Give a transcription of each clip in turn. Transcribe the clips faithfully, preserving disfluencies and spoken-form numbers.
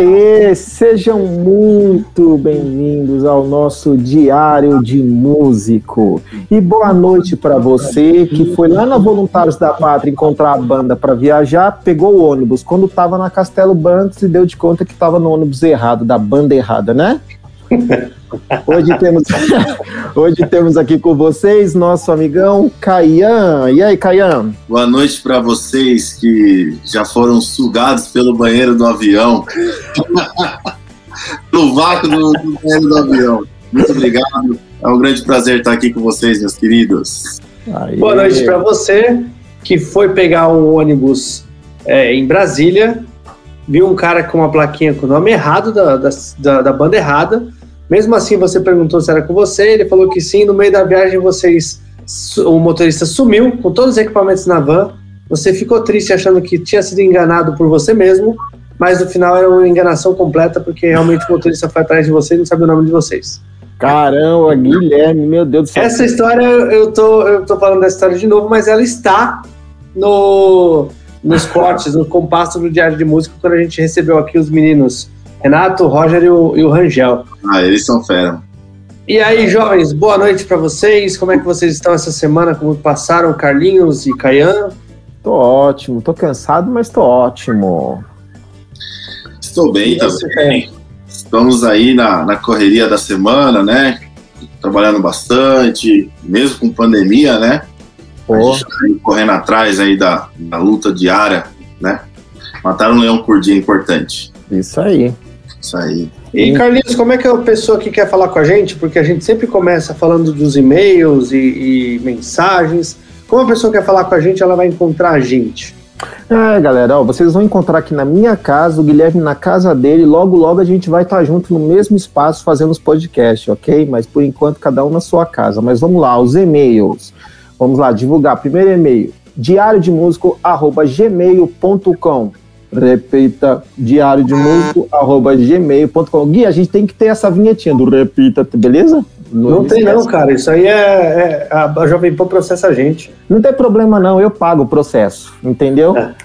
Aê, sejam muito bem-vindos ao nosso Diário de Músico. E boa noite para você que foi lá na Voluntários da Pátria encontrar a banda para viajar, pegou o ônibus quando estava na Castelo Branco e deu de conta que estava no ônibus errado, da banda errada, né? Hoje temos, hoje temos aqui com vocês nosso amigão Caian. E aí, Caian? Boa noite para vocês que já foram sugados pelo banheiro do avião. No vácuo do, do banheiro do avião. Muito obrigado. É um grande prazer estar aqui com vocês, meus queridos. Aí. Boa noite para você que foi pegar um ônibus é, em Brasília, viu um cara com uma plaquinha com o nome errado da, da, da banda errada. Mesmo assim, você perguntou se era com você, ele falou que sim. No meio da viagem, vocês, o motorista sumiu com todos os equipamentos na van. Você ficou triste achando que tinha sido enganado por você mesmo, mas no final era uma enganação completa, porque realmente o motorista foi atrás de você e não sabia o nome de vocês. Caramba, Guilherme, meu Deus do céu. Essa história, eu tô, eu tô falando dessa história de novo, mas ela está no, nos cortes, no compasso do Diário de Música, quando a gente recebeu aqui os meninos Renato, o Roger e o, e o Rangel. Ah, eles são fera. E aí, jovens, boa noite para vocês. Como é que vocês estão essa semana? Como passaram, Carlinhos e Caian? Tô ótimo, tô cansado, mas tô ótimo. Estou bem também. Estamos aí na, na correria da semana, né? Trabalhando bastante, mesmo com pandemia, né? Pô. A gente tá aí correndo atrás aí da, da luta diária, né? Matar um leão por dia é importante. Isso aí. Isso aí. E, Carlinhos, como é que a pessoa que quer falar com a gente, porque a gente sempre começa falando dos e-mails e, e mensagens, como a pessoa quer falar com a gente, ela vai encontrar a gente? É, galera, ó, vocês vão encontrar aqui na minha casa, o Guilherme na casa dele, logo, logo a gente vai estar junto no mesmo espaço fazendo os podcasts, ok? Mas por enquanto, cada um na sua casa. Mas vamos lá, os e-mails. Vamos lá, divulgar. Primeiro e-mail, diário de músico arroba gmail ponto com. Repita, diário de músico arroba gmail ponto com. Gui, a gente tem que ter essa vinhetinha do repita, beleza? Não, não tem não, cara, isso aí é, é a Jovem Pan processa a gente. Não tem problema não, eu pago o processo, entendeu? É.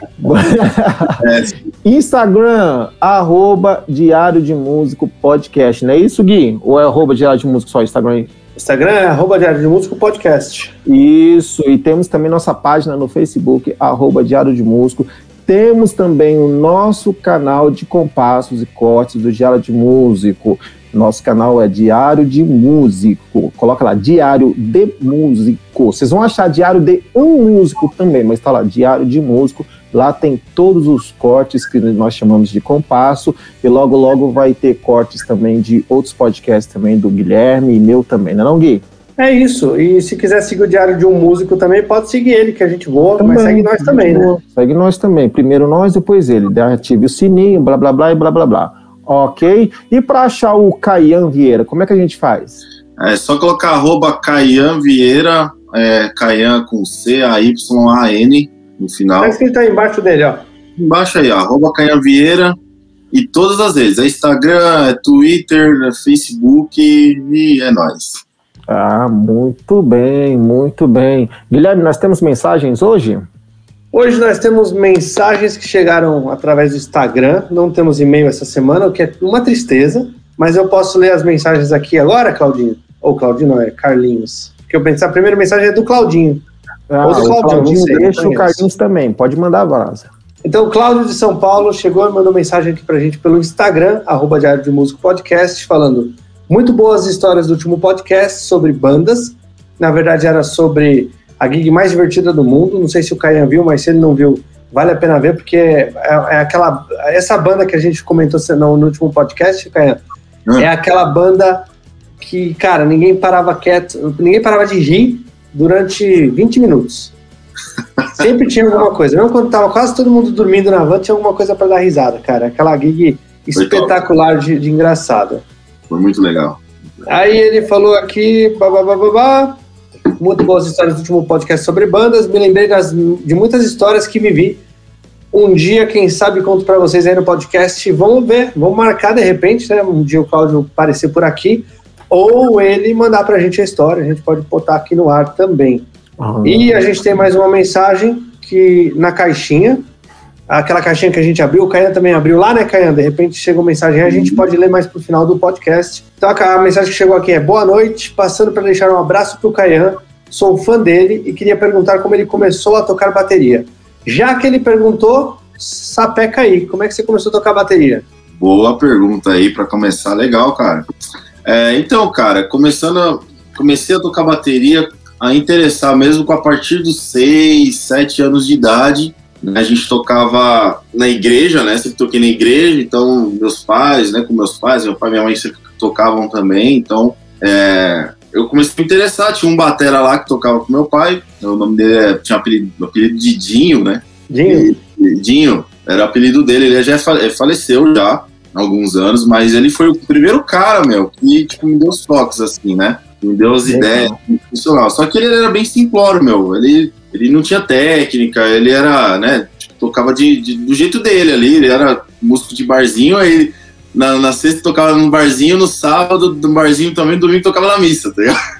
Instagram, arroba diário de músico podcast, não é isso, Gui? Ou é arroba diário de músico só, Instagram aí? Instagram é arroba diário de músico podcast. Isso, e temos também nossa página no Facebook, arroba diário de músico. Temos também o nosso canal de compassos e cortes do Diário de Músico. Nosso canal é Diário de Músico. Coloca lá, Diário de Músico. Vocês vão achar Diário de um Músico também, mas tá lá, Diário de Músico. Lá tem todos os cortes que nós chamamos de compasso. E logo, logo vai ter cortes também de outros podcasts também, do Guilherme e meu também, não é não, Gui? É isso, e se quiser seguir o Diário de um Músico também, pode seguir ele, que a gente voa, também, mas segue nós também, né? Segue nós também, primeiro nós, depois ele, ative o sininho, blá, blá, blá, e blá, blá, blá, ok? E para achar o Caian Vieira, como é que a gente faz? É só colocar arroba Caian Vieira, é, Caian com C A Y A N no final. Tá escrito aí embaixo dele, ó. Embaixo aí, ó, arroba Caian Vieira, e todas as vezes, é Instagram, é Twitter, é Facebook, e é nóis. Ah, muito bem, muito bem. Guilherme, nós temos mensagens hoje? Hoje nós temos mensagens que chegaram através do Instagram, não temos e-mail essa semana, o que é uma tristeza, mas eu posso ler as mensagens aqui agora, Claudinho? Ou Claudinho não, é Carlinhos. Porque eu pensei, a primeira mensagem é do Claudinho. Ah, Ou do Claudinho, o Claudinho sei, deixa o Carlinhos também, pode mandar a brasa. Então o Cláudio de São Paulo chegou e mandou mensagem aqui pra gente pelo Instagram, arroba Diário de Músico Podcast, falando: muito boas histórias do último podcast sobre bandas. Na verdade, era sobre a gig mais divertida do mundo. Não sei se o Caian viu, mas se ele não viu, vale a pena ver, porque é, é aquela... Essa banda que a gente comentou no, no último podcast, Caian, hum. é aquela banda que, cara, ninguém parava quieto, ninguém parava de rir durante vinte minutos. Sempre tinha alguma coisa. Mesmo quando tava quase todo mundo dormindo na van, tinha alguma coisa para dar risada, cara. Aquela gig espetacular de, de engraçada. Foi muito legal. Aí ele falou aqui, babá, muito boas histórias do último podcast sobre bandas. Me lembrei das, de muitas histórias que vivi. Um dia, quem sabe, conto para vocês aí no podcast. Vamos ver, vamos marcar de repente, né? Um dia o Cláudio aparecer por aqui, ou ele mandar pra gente a história. A gente pode botar aqui no ar também. Uhum. E a gente tem mais uma mensagem que na caixinha aquela caixinha que a gente abriu, o Caian também abriu lá, né, Caian? De repente chegou mensagem, a gente pode ler mais pro final do podcast. Então a mensagem que chegou aqui é: boa noite, passando para deixar um abraço pro Caian, sou fã dele e queria perguntar como ele começou a tocar bateria. Já que ele perguntou, sapeca aí, como é que você começou a tocar bateria? Boa pergunta aí para começar, legal, cara. É, então, cara, começando a, comecei a tocar bateria, a interessar mesmo com a partir dos seis, sete anos de idade. A gente tocava na igreja, né? Sempre toquei na igreja, então meus pais, né? Com meus pais, meu pai e minha mãe sempre tocavam também, então é, eu comecei a me interessar. Tinha um batera lá que tocava com meu pai, o nome dele é, tinha um apelido, um apelido de Dinho, né? Dinho? E, Dinho, era o apelido dele, ele já faleceu já há alguns anos, mas ele foi o primeiro cara, meu, que tipo, me deu os toques, assim, né? Me deu as ideias, funcional. Só que ele era bem simplório, meu, ele... Ele não tinha técnica, ele era, né, tipo, tocava de, de, do jeito dele ali, ele era músico de barzinho, aí na, na sexta tocava no barzinho, no sábado no barzinho também, no domingo tocava na missa, tá ligado?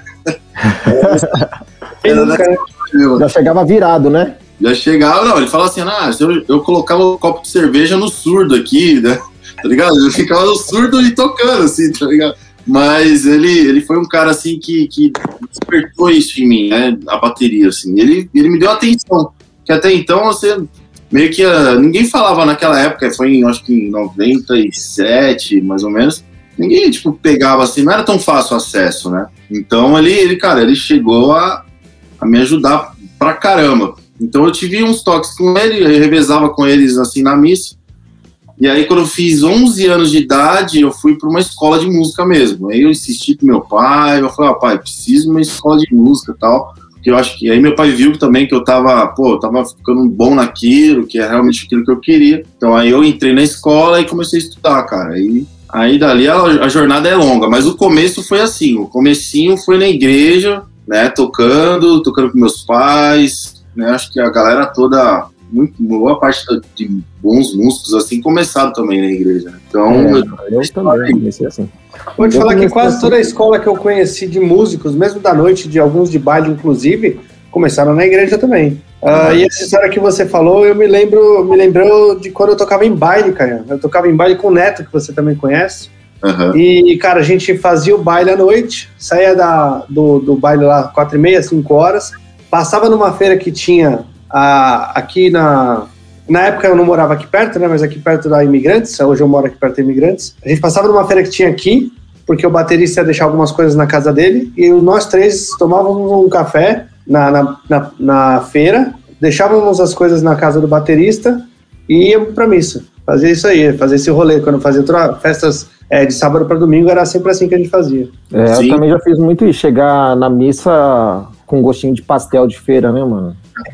Era, né? Já chegava virado, né? Já chegava, não, ele falava assim, ah, eu, eu colocava um copo de cerveja no surdo aqui, né, tá ligado? Eu ficava no surdo e tocando, assim, tá ligado? Mas ele, ele foi um cara, assim, que, que despertou isso em mim, né, a bateria, assim. Ele, ele me deu atenção, que até então, você, meio que, uh, ninguém falava naquela época, foi, em, acho que em noventa e sete, mais ou menos, ninguém, tipo, pegava, assim, não era tão fácil o acesso, né. Então, ele, ele cara, ele chegou a, a me ajudar pra caramba. Então, eu tive uns toques com ele, eu revezava com eles, assim, na missa. E aí, quando eu fiz onze anos de idade, eu fui para uma escola de música mesmo. Aí eu insisti pro meu pai, eu falei, ah, pai, preciso de uma escola de música e tal. Porque eu acho que... Aí meu pai viu também que eu tava, pô, eu tava ficando bom naquilo, que é realmente aquilo que eu queria. Então aí eu entrei na escola e comecei a estudar, cara. E aí dali a, a jornada é longa, mas o começo foi assim, o comecinho foi na igreja, né, tocando, tocando com meus pais, né, acho que a galera toda... Muito, boa parte de bons músicos assim começaram também na igreja, né? Então é, eu, eu também comecei assim. Vou te falar que quase assim. Toda a escola que eu conheci de músicos, mesmo da noite, de alguns de baile inclusive, começaram na igreja também. Ah, uh, e essa história que você falou, eu me lembro, me lembrou de quando eu tocava em baile, cara. Eu tocava em baile com o Neto, que você também conhece. Uhum. E, cara, a gente fazia o baile à noite, saía da, do, do baile lá quatro e meia, cinco horas, passava numa feira que tinha Ah, aqui na... Na época eu não morava aqui perto, né? Mas aqui perto da Imigrantes, hoje eu moro aqui perto da Imigrantes. A gente passava numa feira que tinha aqui, porque o baterista ia deixar algumas coisas na casa dele, e nós três tomávamos um café na, na, na, na feira, deixávamos as coisas na casa do baterista e íamos pra missa. Fazia isso aí, fazer esse rolê. Quando fazia outra, festas é, de sábado para domingo, era sempre assim que a gente fazia. É, eu também já fiz muito isso, chegar na missa com gostinho de pastel de feira, né, mano?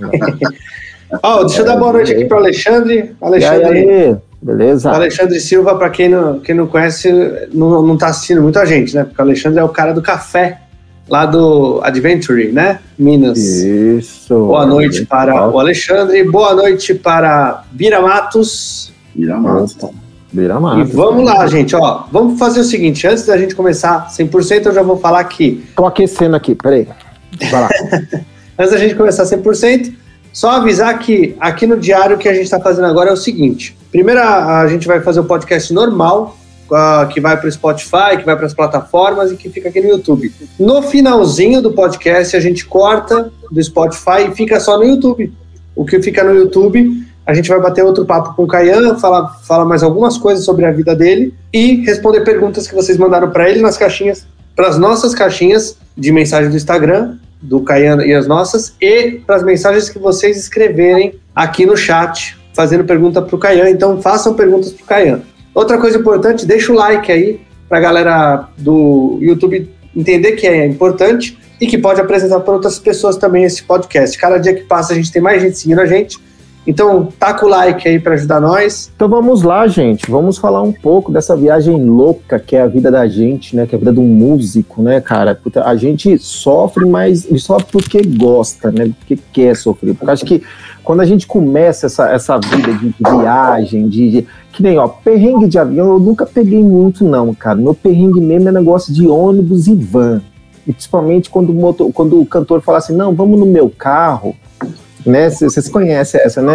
Oh, deixa eu dar boa noite aqui para o Alexandre. Alexandre, aí, beleza? O Alexandre Silva, para quem não, quem não conhece, não, não tá assistindo muito a gente, né? Porque o Alexandre é o cara do café, lá do Adventure, né? Minas. Isso. Boa noite para o Alexandre. Boa noite para Bira Matos. Bira Matos. Bira Matos. E vamos lá, gente, ó. Vamos fazer o seguinte, antes da gente começar cem por cento, eu já vou falar aqui. Tô aquecendo aqui, peraí. Vai lá. Antes da gente começar cem por cento, só avisar que aqui no diário o que a gente está fazendo agora é o seguinte. Primeiro a, a gente vai fazer o podcast normal, uh, que vai para o Spotify, que vai para as plataformas e que fica aqui no YouTube. No finalzinho do podcast a gente corta do Spotify e fica só no YouTube. O que fica no YouTube, a gente vai bater outro papo com o Caian, falar, falar mais algumas coisas sobre a vida dele e responder perguntas que vocês mandaram para ele nas caixinhas, para as nossas caixinhas de mensagem do Instagram, do Caian e as nossas, e para as mensagens que vocês escreverem aqui no chat, fazendo pergunta para o Caian. Então façam perguntas para o Caian. Outra coisa importante, deixa o like aí para a galera do YouTube entender que é importante e que pode apresentar para outras pessoas também esse podcast. Cada dia que passa a gente tem mais gente seguindo a gente. Então, taca o like aí para ajudar nós. Então vamos lá, gente. Vamos falar um pouco dessa viagem louca que é a vida da gente, né? Que é a vida de um músico, né, cara? A gente sofre, mas sofre porque gosta, né? Porque quer sofrer. Porque acho que quando a gente começa essa, essa vida de viagem, de, de... Que nem, ó, perrengue de avião, eu nunca peguei muito, não, cara. Meu perrengue mesmo é negócio de ônibus e van. E principalmente quando o, motor, quando o cantor fala assim, não, vamos no meu carro... Né? Vocês conhecem essa, né?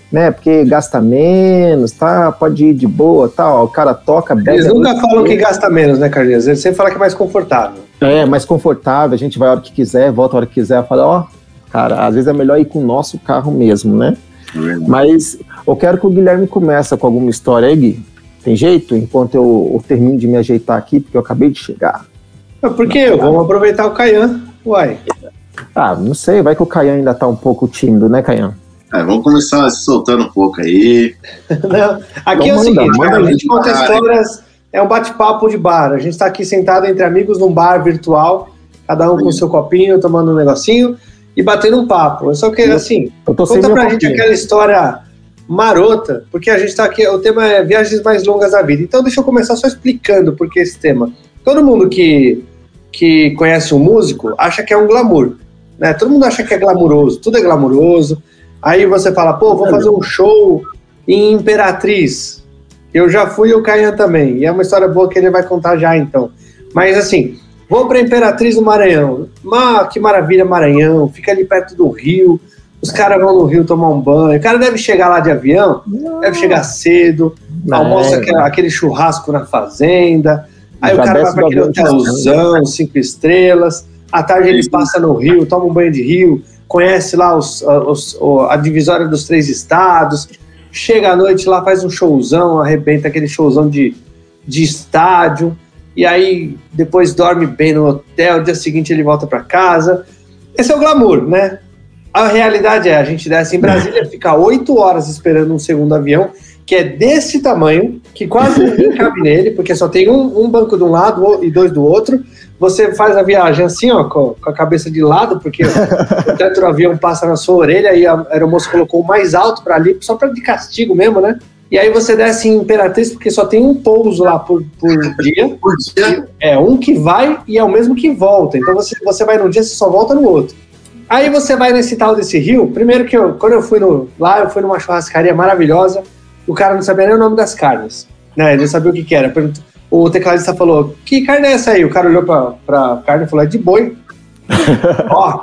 né? Porque gasta menos, tá? Pode ir de boa, tá? Ó, o cara toca, bebe. Eles nunca falam que gasta menos, né, Carlinhos? Eles sempre falam que é mais confortável. É, mais confortável, a gente vai a hora que quiser, volta a hora que quiser, fala, ó, cara, às vezes é melhor ir com o nosso carro mesmo, né? É. Mas eu quero que o Guilherme comece com alguma história aí, Gui. Tem jeito? Enquanto eu, eu termino de me ajeitar aqui, porque eu acabei de chegar. Por quê? Vamos aproveitar o Caian, uai. Ah, não sei, vai que o Caian ainda tá um pouco tímido, né, Caian? É, vamos começar se soltando um pouco aí. Não, aqui então, é o manda, seguinte, manda, cara, a gente conta histórias, é um bate-papo de bar. A gente tá aqui sentado entre amigos num bar virtual, cada um com o seu copinho, tomando um negocinho e batendo um papo. Eu só quero, assim, conta pra gente aquela história marota, porque a gente tá aqui, o tema é viagens mais longas da vida. Então deixa eu começar só explicando por que esse tema. Todo mundo que, que conhece um músico acha que é um glamour, né? Todo mundo acha que é glamuroso, tudo é glamuroso. Aí você fala, pô, vou fazer um show em Imperatriz. Eu já fui e o Caian também. E é uma história boa que ele vai contar já, então. Mas assim, vou pra Imperatriz no Maranhão. Ah, que maravilha, Maranhão. Fica ali perto do rio. Os caras vão no rio tomar um banho. O cara deve chegar lá de avião, não. deve chegar cedo, não, almoça é, aquele, aquele churrasco na fazenda. Aí já o cara vai pra aquele hotelzão, cinco estrelas. À tarde ele passa no rio, toma um banho de rio. Conhece lá os, os, a divisória dos três estados, chega à noite lá, faz um showzão, arrebenta aquele showzão de, de estádio, e aí depois dorme bem no hotel, dia seguinte ele volta para casa. Esse é o glamour, né? A realidade é, a gente desce em Brasília, fica oito horas esperando um segundo avião, que é desse tamanho, que quase ninguém cabe nele, porque só tem um, um banco de um lado e dois do outro. Você faz a viagem assim, ó, com, com a cabeça de lado, porque o teto do avião passa na sua orelha e a aeromoça colocou o mais alto para ali, só para de castigo mesmo, né? E aí você desce em Imperatriz, porque só tem um pouso lá por, por dia. Por dia? É, um que vai e é o mesmo que volta. Então você, você vai num dia, você só volta no outro. Aí você vai nesse tal desse rio. Primeiro que eu, quando eu fui no, lá, eu fui numa churrascaria maravilhosa. O cara não sabia nem o nome das carnes, né? Ele não sabia o que que era. Perguntou, o tecladista falou, que carne é essa aí? O cara olhou pra, pra carne e falou, é de boi. Ó.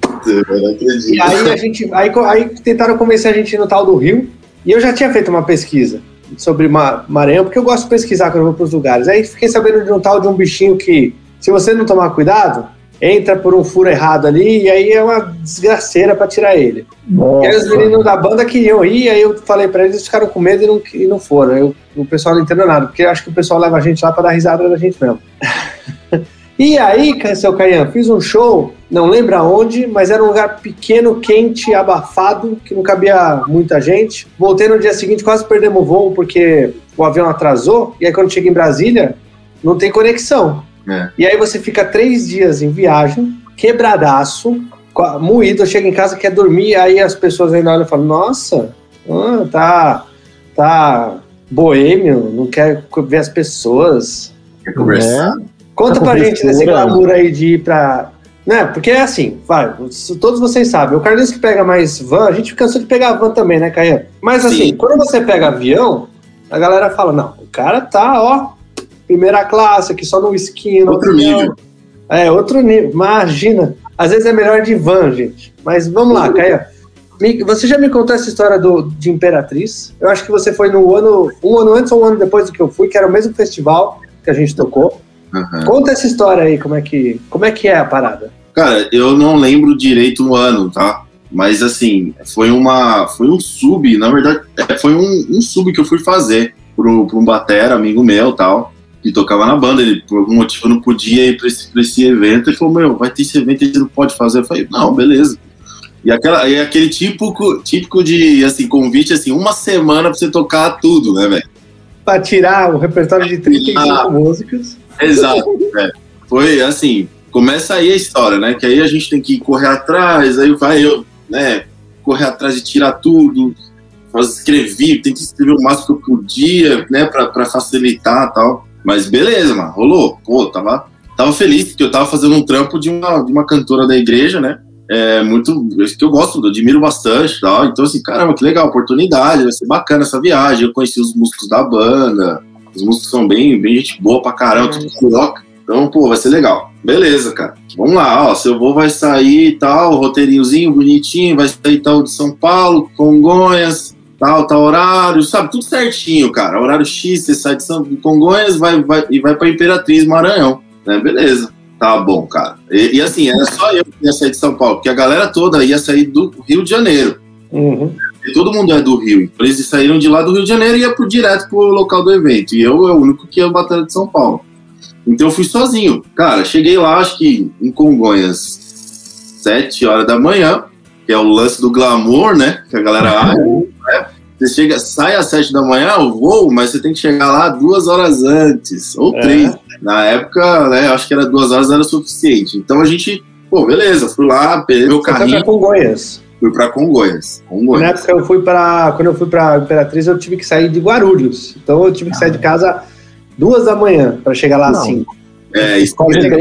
E aí a gente, aí, aí tentaram convencer a gente no tal do rio, e eu já tinha feito uma pesquisa sobre Maranhão, porque eu gosto de pesquisar quando eu vou pros lugares. Aí fiquei sabendo de um tal de um bichinho que, se você não tomar cuidado, entra por um furo errado ali, e aí é uma desgraceira pra tirar ele. Nossa. E aí os meninos da banda queriam ir, aí eu falei pra eles, eles ficaram com medo e não, e não foram. Eu, o pessoal não entendeu nada, porque eu acho que o pessoal leva a gente lá pra dar risada da gente mesmo. E aí, seu Caian, fiz um show, não lembro aonde, mas era um lugar pequeno, quente, abafado, que não cabia muita gente. Voltei no dia seguinte, quase perdemos o voo, porque o avião atrasou, e aí quando chega em Brasília, não tem conexão. É. E aí você fica três dias em viagem, quebradaço, moído, chega em casa, quer dormir, aí as pessoas ainda olham e falam, nossa, ah, tá, tá boêmio, não quer ver as pessoas. Quer conversar. É. Conta tá pra gente desse glamour aí de ir pra... Né? Porque é assim, vai, todos vocês sabem, o Carlinhos que pega mais van, a gente cansou de pegar van também, né, Caian? Mas assim, sim, quando você pega avião, a galera fala, não, o cara tá, ó, primeira classe, aqui só no esquina. Outro nível. É, outro nível, imagina. Às vezes é melhor de van, gente. Mas vamos lá, Caian. Você já me contou essa história do, de Imperatriz. Eu acho que você foi no ano, um ano antes ou um ano depois do que eu fui, que era o mesmo festival que a gente tocou. Uhum. Conta essa história aí, como é, que, como é que é a parada? Cara, eu não lembro direito o ano, tá? Mas assim, foi uma, foi um sub, na verdade, foi um, um sub que eu fui fazer pro, pro um batera, amigo meu e tal, que tocava na banda. Ele, por algum motivo, não podia ir pra esse, pra esse evento. Ele falou, meu, vai ter esse evento e a gente não pode fazer. Eu falei, não, beleza. E, aquela, e aquele típico, típico de, assim, convite, assim, uma semana pra você tocar tudo, né, velho? Pra tirar o repertório de trinta e cinco ah, músicas. Exato, é. Foi assim, começa aí a história, né, que aí a gente tem que correr atrás, aí vai eu, né, correr atrás de tirar tudo, escrevi, tem que escrever o máximo que eu podia, né, pra, pra facilitar e tal, mas beleza, mano, rolou, pô, tava, tava feliz, porque eu tava fazendo um trampo de uma, de uma cantora da igreja, né, é muito, que eu gosto, eu admiro bastante, tal, então assim, caramba, que legal, oportunidade, vai ser bacana essa viagem, eu conheci os músicos da banda. Os músicos são bem, bem gente boa pra caramba, tudo coloca. Então, pô, vai ser legal. Beleza, cara. Vamos lá, ó. Seu voo vai sair e tal, roteirinhozinho, bonitinho, vai sair tal de São Paulo, Congonhas, tal, tal horário, sabe? Tudo certinho, cara. Horário X, você sai de São Congonhas vai, vai, e vai pra Imperatriz, Maranhão, né? Beleza. Tá bom, cara. E, e assim, era só eu que ia sair de São Paulo, porque a galera toda ia sair do Rio de Janeiro. Uhum. E todo mundo é do Rio. Então eles saíram de lá do Rio de Janeiro e ia pro, direto pro local do evento. E eu é o único que ia bater de São Paulo. Então eu fui sozinho. Cara, cheguei lá, acho que em Congonhas, sete horas da manhã, que é o lance do glamour, né? Que a galera acha, né? Você chega, sai às sete da manhã, eu vou, mas você tem que chegar lá duas horas antes, ou é. três. Na época, né, acho que era duas horas, era suficiente. Então a gente, pô, beleza, fui lá, peguei meu carrinho. Você foi pra Congonhas? Fui pra Congonhas. Congonhas. Na época eu fui pra, quando eu fui pra Imperatriz, eu tive que sair de Guarulhos. Então eu tive que sair de casa duas da manhã pra chegar lá às cinco. É, isso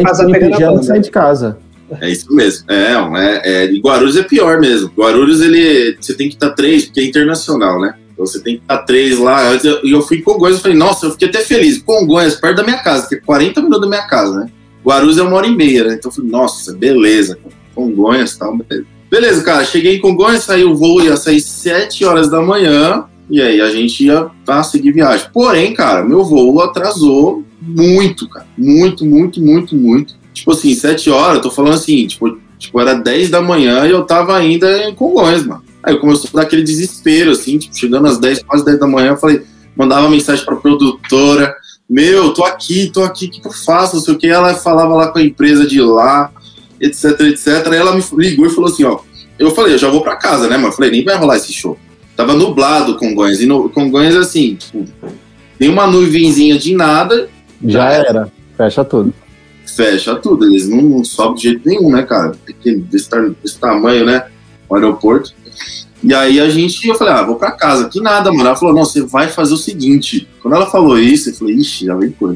mesmo. Sair de casa. É isso mesmo. É, é, é, e Guarulhos é pior mesmo. Guarulhos, ele, você tem que estar três, porque é internacional, né? Então você tem que estar três lá. E eu, eu fui em Congonhas e falei, nossa, eu fiquei até feliz. Congonhas, perto da minha casa, que é quarenta minutos da minha casa, né? Guarulhos é uma hora e meia, né? Então eu falei, nossa, beleza. Congonhas e tal, beleza. Beleza, cara, cheguei em Congonhas, saí o voo, ia sair sete horas da manhã, e aí a gente ia tá, seguir viagem. Porém, cara, meu voo atrasou muito, cara. Muito, muito, muito, muito. Tipo assim, sete horas, eu tô falando assim, tipo, tipo, era dez da manhã e eu tava ainda em Congonhas, mano. Aí começou a dar aquele desespero, assim, tipo, chegando às dez, quase dez da manhã, eu falei, mandava mensagem pra produtora, meu, tô aqui, tô aqui, o que, que eu faço, não sei o que, ela falava lá com a empresa de lá, etc, etc, aí ela me ligou e falou assim, ó, eu falei, eu já vou pra casa, né, mano, eu falei, nem vai rolar esse show. Tava nublado Congonhas, e no Congonhas, assim, tipo, tem uma nuvenzinha de nada. Já era, fecha tudo. Fecha tudo, eles não, não sobem de jeito nenhum, né, cara, pequeno, desse, desse tamanho, né, o aeroporto. E aí a gente, eu falei, ah, vou pra casa, que nada, mano. Ela falou, não, você vai fazer o seguinte. Quando ela falou isso, eu falei, ixi, já vem coisa.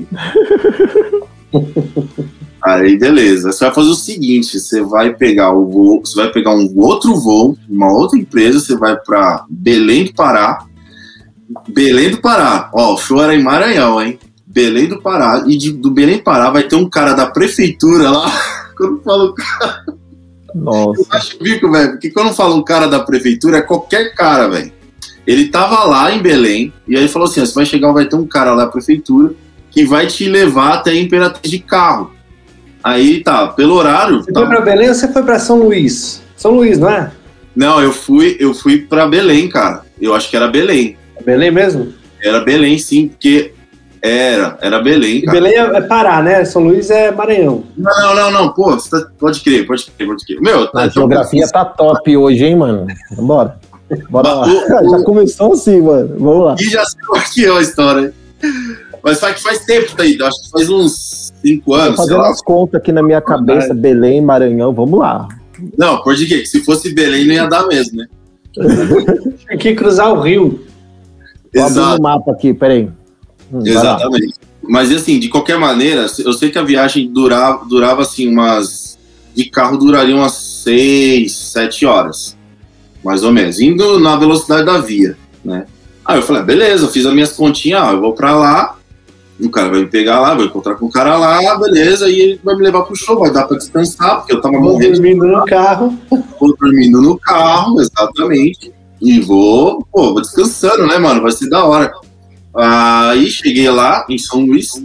Aí, beleza, você vai fazer o seguinte, você vai pegar o voo, você vai pegar um outro voo, uma outra empresa, você vai pra Belém do Pará. Belém do Pará, ó, o show era em Maranhão, hein? Belém do Pará, e de, do Belém do Pará vai ter um cara da prefeitura lá, quando eu falo cara... Nossa. Eu acho bico, velho, porque quando fala um cara da prefeitura, é qualquer cara, velho. Ele tava lá em Belém, e aí falou assim, você vai chegar, vai ter um cara lá da prefeitura, que vai te levar até a Imperatriz de carro. Aí tá, pelo horário... Você tá... foi pra Belém ou você foi pra São Luís? São Luís, não é? Não, eu fui, eu fui pra Belém, cara. Eu acho que era Belém. Belém mesmo? Era Belém, sim, porque... Era, era Belém, cara. E Belém é Pará, né? São Luís é Maranhão. Não, não, não, pô, você tá, pode crer, pode crer, pode crer. Meu, a geografia tá top hoje, hein, mano? Bora. Bora lá. O, já começou assim, mano. Vamos lá. E já sei o que é a história. Mas faz, faz tempo daí, acho que faz uns cinco anos. Tô fazendo as contas aqui na minha cabeça, Belém, Maranhão, vamos lá. Não, por de quê? Se fosse Belém não ia dar mesmo, né? Tem que cruzar o rio. Vou abrir o mapa aqui, peraí. Hum, Exatamente. Mas assim, de qualquer maneira, eu sei que a viagem durava, durava assim umas... De carro duraria umas seis, sete horas. Mais ou menos. Indo na velocidade da via, né? Aí eu falei, beleza, eu fiz as minhas continhas, ó, eu vou pra lá, o cara vai me pegar lá, vou encontrar com o cara lá, beleza, e ele vai me levar pro show, vai dar pra descansar, porque eu tava vou morrendo. dormindo no carro. Vou dormindo no carro, exatamente. E vou, pô, vou descansando, né, mano? Vai ser da hora. Aí cheguei lá em São Luís,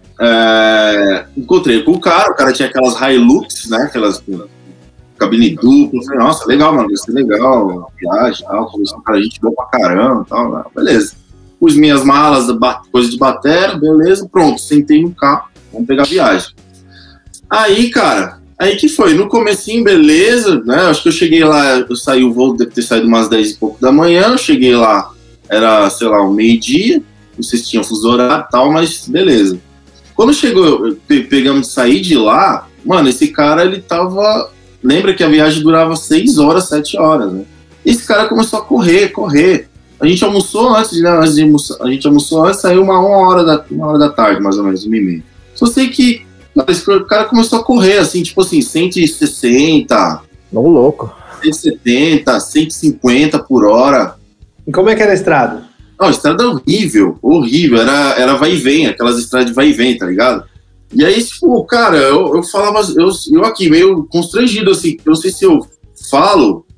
é, encontrei com o cara, o cara tinha aquelas Hilux, né, aquelas cabine dupla, falei, nossa, legal, mano, vai ser legal, viagem, tal, conversando com o cara, a gente boa pra caramba, tal, beleza. Pus minhas malas, coisa de bateria, beleza, pronto, sentei no carro, vamos pegar a viagem. Aí, cara, aí que foi, no comecinho, beleza, né, acho que eu cheguei lá, eu saí, o voo deve ter saído umas dez e pouco da manhã, eu cheguei lá, era, sei lá, um meio-dia, não sei se tinha fuso horário e tal, mas beleza. Quando chegou, pegamos de sair de lá, mano, esse cara, ele tava... Lembra que a viagem durava seis horas, sete horas, né? Esse cara começou a correr, correr. A gente almoçou antes, né? Antes de almoçar, a gente almoçou antes, saiu uma, uma, hora da, uma hora da tarde, mais ou menos, uma e meia. Só sei que cara, esse cara começou a correr, assim, tipo assim, cento e sessenta... Ô, louco. cento e setenta, cento e cinquenta por hora. E como é que era a estrada? Não, a estrada horrível, horrível, era, era vai e vem, aquelas estradas de vai e vem, tá ligado? E aí, tipo, cara, eu, eu falava, eu, eu aqui meio constrangido, assim, eu não sei se eu falo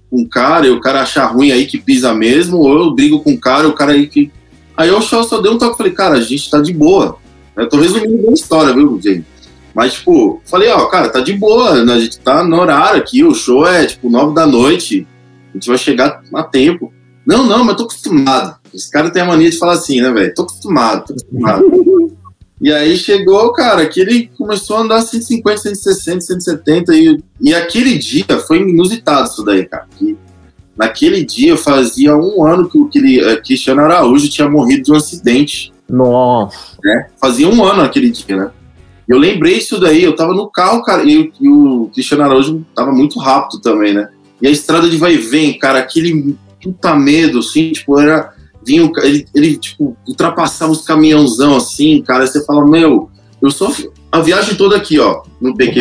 com o cara e o cara achar ruim aí que pisa mesmo, ou eu brigo com o cara e o cara aí que... Aí eu só, só dei um toque e falei, cara, a gente tá de boa. Eu tô resumindo a história, viu, gente? Mas, tipo, falei, ó, cara, tá de boa, né? A gente tá no horário aqui, o show é, tipo, nove da noite, a gente vai chegar a tempo. Não, não, mas tô acostumado. Os caras têm a mania de falar assim, né, velho? Tô acostumado, tô acostumado. E aí chegou, cara, que ele começou a andar cento e cinquenta, cento e sessenta, cento e setenta, e, e aquele dia foi inusitado isso daí, cara. Que naquele dia fazia um ano que o que Cristiano Araújo tinha morrido de um acidente. Nossa. Né? Fazia um ano aquele dia, né? Eu lembrei isso daí, eu tava no carro, cara, e, e o Cristiano Araújo tava muito rápido também, né? E a estrada de vai e vem, cara, aquele puta medo, assim, tipo, era... Vinha, ele, ele, tipo, ultrapassava os caminhãozão, assim, cara, você fala, meu, eu só... A viagem toda aqui, ó, no P Q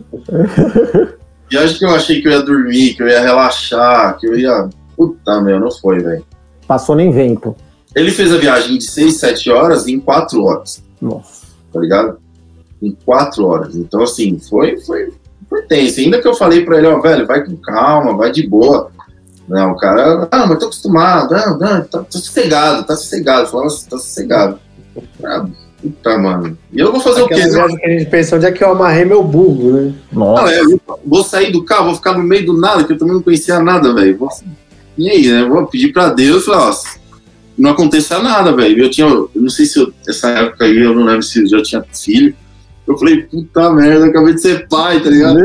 P. Viagem que eu achei que eu ia dormir, que eu ia relaxar, que eu ia... Puta, meu, não foi, velho. Passou nem vento. Ele fez a viagem de seis, sete horas em quatro horas. Nossa. Tá ligado? Em quatro horas. Então, assim, foi, foi, foi tenso. Ainda que eu falei pra ele, ó, velho, vai com calma, vai de boa. Não, o cara, ah, mas tô acostumado, não, não, tá, tá sossegado, tá sossegado. Falando assim, tá sossegado. Ah, puta, mano. E eu vou fazer Aquela o quê? viagem que a gente pensa, onde é que eu amarrei meu burro, né? Nossa. Não, é, eu vou sair do carro, vou ficar no meio do nada, que eu também não conhecia nada, velho. Vou... E aí, né? Vou pedir pra Deus, falar, ó, não aconteça nada, velho. Eu tinha, eu não sei se eu, essa época aí, eu não lembro se eu já tinha filho. Eu falei, puta merda, eu acabei de ser pai, tá ligado?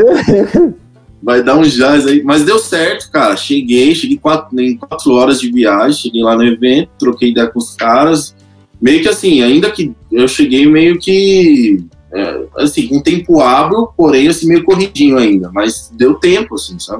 Vai dar um jazz aí. Mas deu certo, cara. Cheguei, cheguei quatro, em quatro horas de viagem, cheguei lá no evento, troquei ideia com os caras. Meio que assim, ainda que eu cheguei meio que, é, assim, com tempo hábil, porém, assim, meio corridinho ainda. Mas deu tempo, assim, sabe?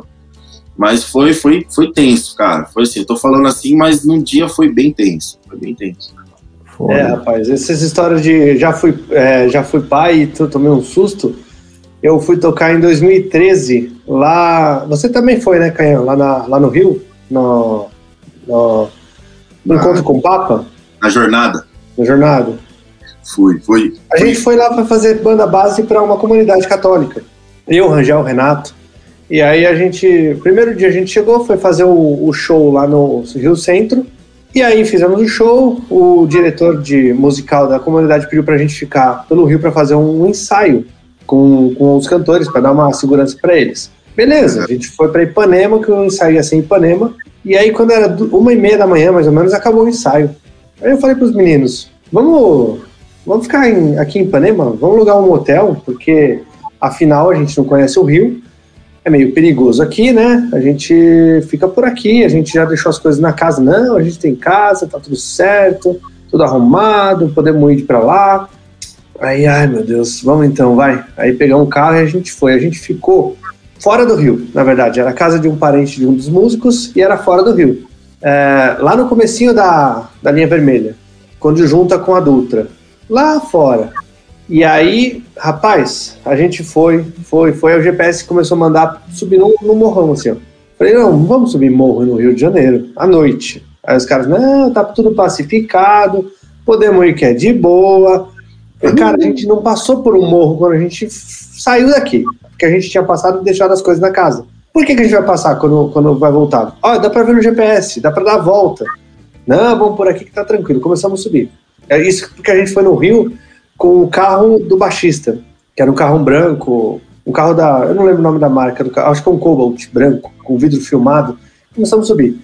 Mas foi, foi, foi tenso, cara. Foi assim, eu tô falando assim, mas num dia foi bem tenso. Foi bem tenso. Foi. É, rapaz, essas histórias de já fui, é, já fui pai e tomei um susto. Eu fui tocar em dois mil e treze, lá... Você também foi, né, Canhão? Lá, na, lá no Rio? No, no, no Encontro com o Papa? Na jornada. Na jornada. Fui, fui. A gente foi lá para fazer banda base para uma comunidade católica. Eu, Rangel, Renato. E aí a gente... Primeiro dia a gente chegou, foi fazer o, o show lá no Rio Centro. E aí fizemos o show, o diretor de musical da comunidade pediu pra gente ficar pelo Rio para fazer um ensaio com, com os cantores, para dar uma segurança para eles. Beleza, a gente foi para Ipanema, que o ensaio ia ser em Ipanema, e aí quando era uma e meia da manhã, mais ou menos, acabou o ensaio. Aí eu falei pros meninos, vamos, vamos ficar em, aqui em Ipanema, vamos alugar um hotel, porque afinal a gente não conhece o Rio, é meio perigoso aqui, né? A gente fica por aqui, a gente já deixou as coisas na casa. Não, a gente tem casa, tá tudo certo, tudo arrumado, podemos ir pra lá. Aí, ai meu Deus, vamos então, vai. Aí pegamos um carro e a gente foi. A gente ficou fora do Rio, na verdade. Era a casa de um parente de um dos músicos e era fora do Rio. É, lá no comecinho da, da linha vermelha, quando junta com a Dutra. Lá fora. E aí, rapaz, a gente foi, foi, foi, aí o G P S começou a mandar subir no, no morrão, assim, ó. Falei, não, vamos subir morro no Rio de Janeiro, à noite. Aí os caras, não, tá tudo pacificado, podemos ir que é de boa. Falei, cara, a gente não passou por um morro quando a gente saiu daqui, porque a gente tinha passado e deixado as coisas na casa. Por que que a gente vai passar quando, quando vai voltar? Ó, dá pra ver no G P S, dá pra dar a volta. Não, vamos por aqui que tá tranquilo, começamos a subir. É isso porque a gente foi no Rio com o carro do baixista, que era um carro branco, um carro da... Eu não lembro o nome da marca do carro, acho que é um Cobalt branco, com vidro filmado. Começamos a subir.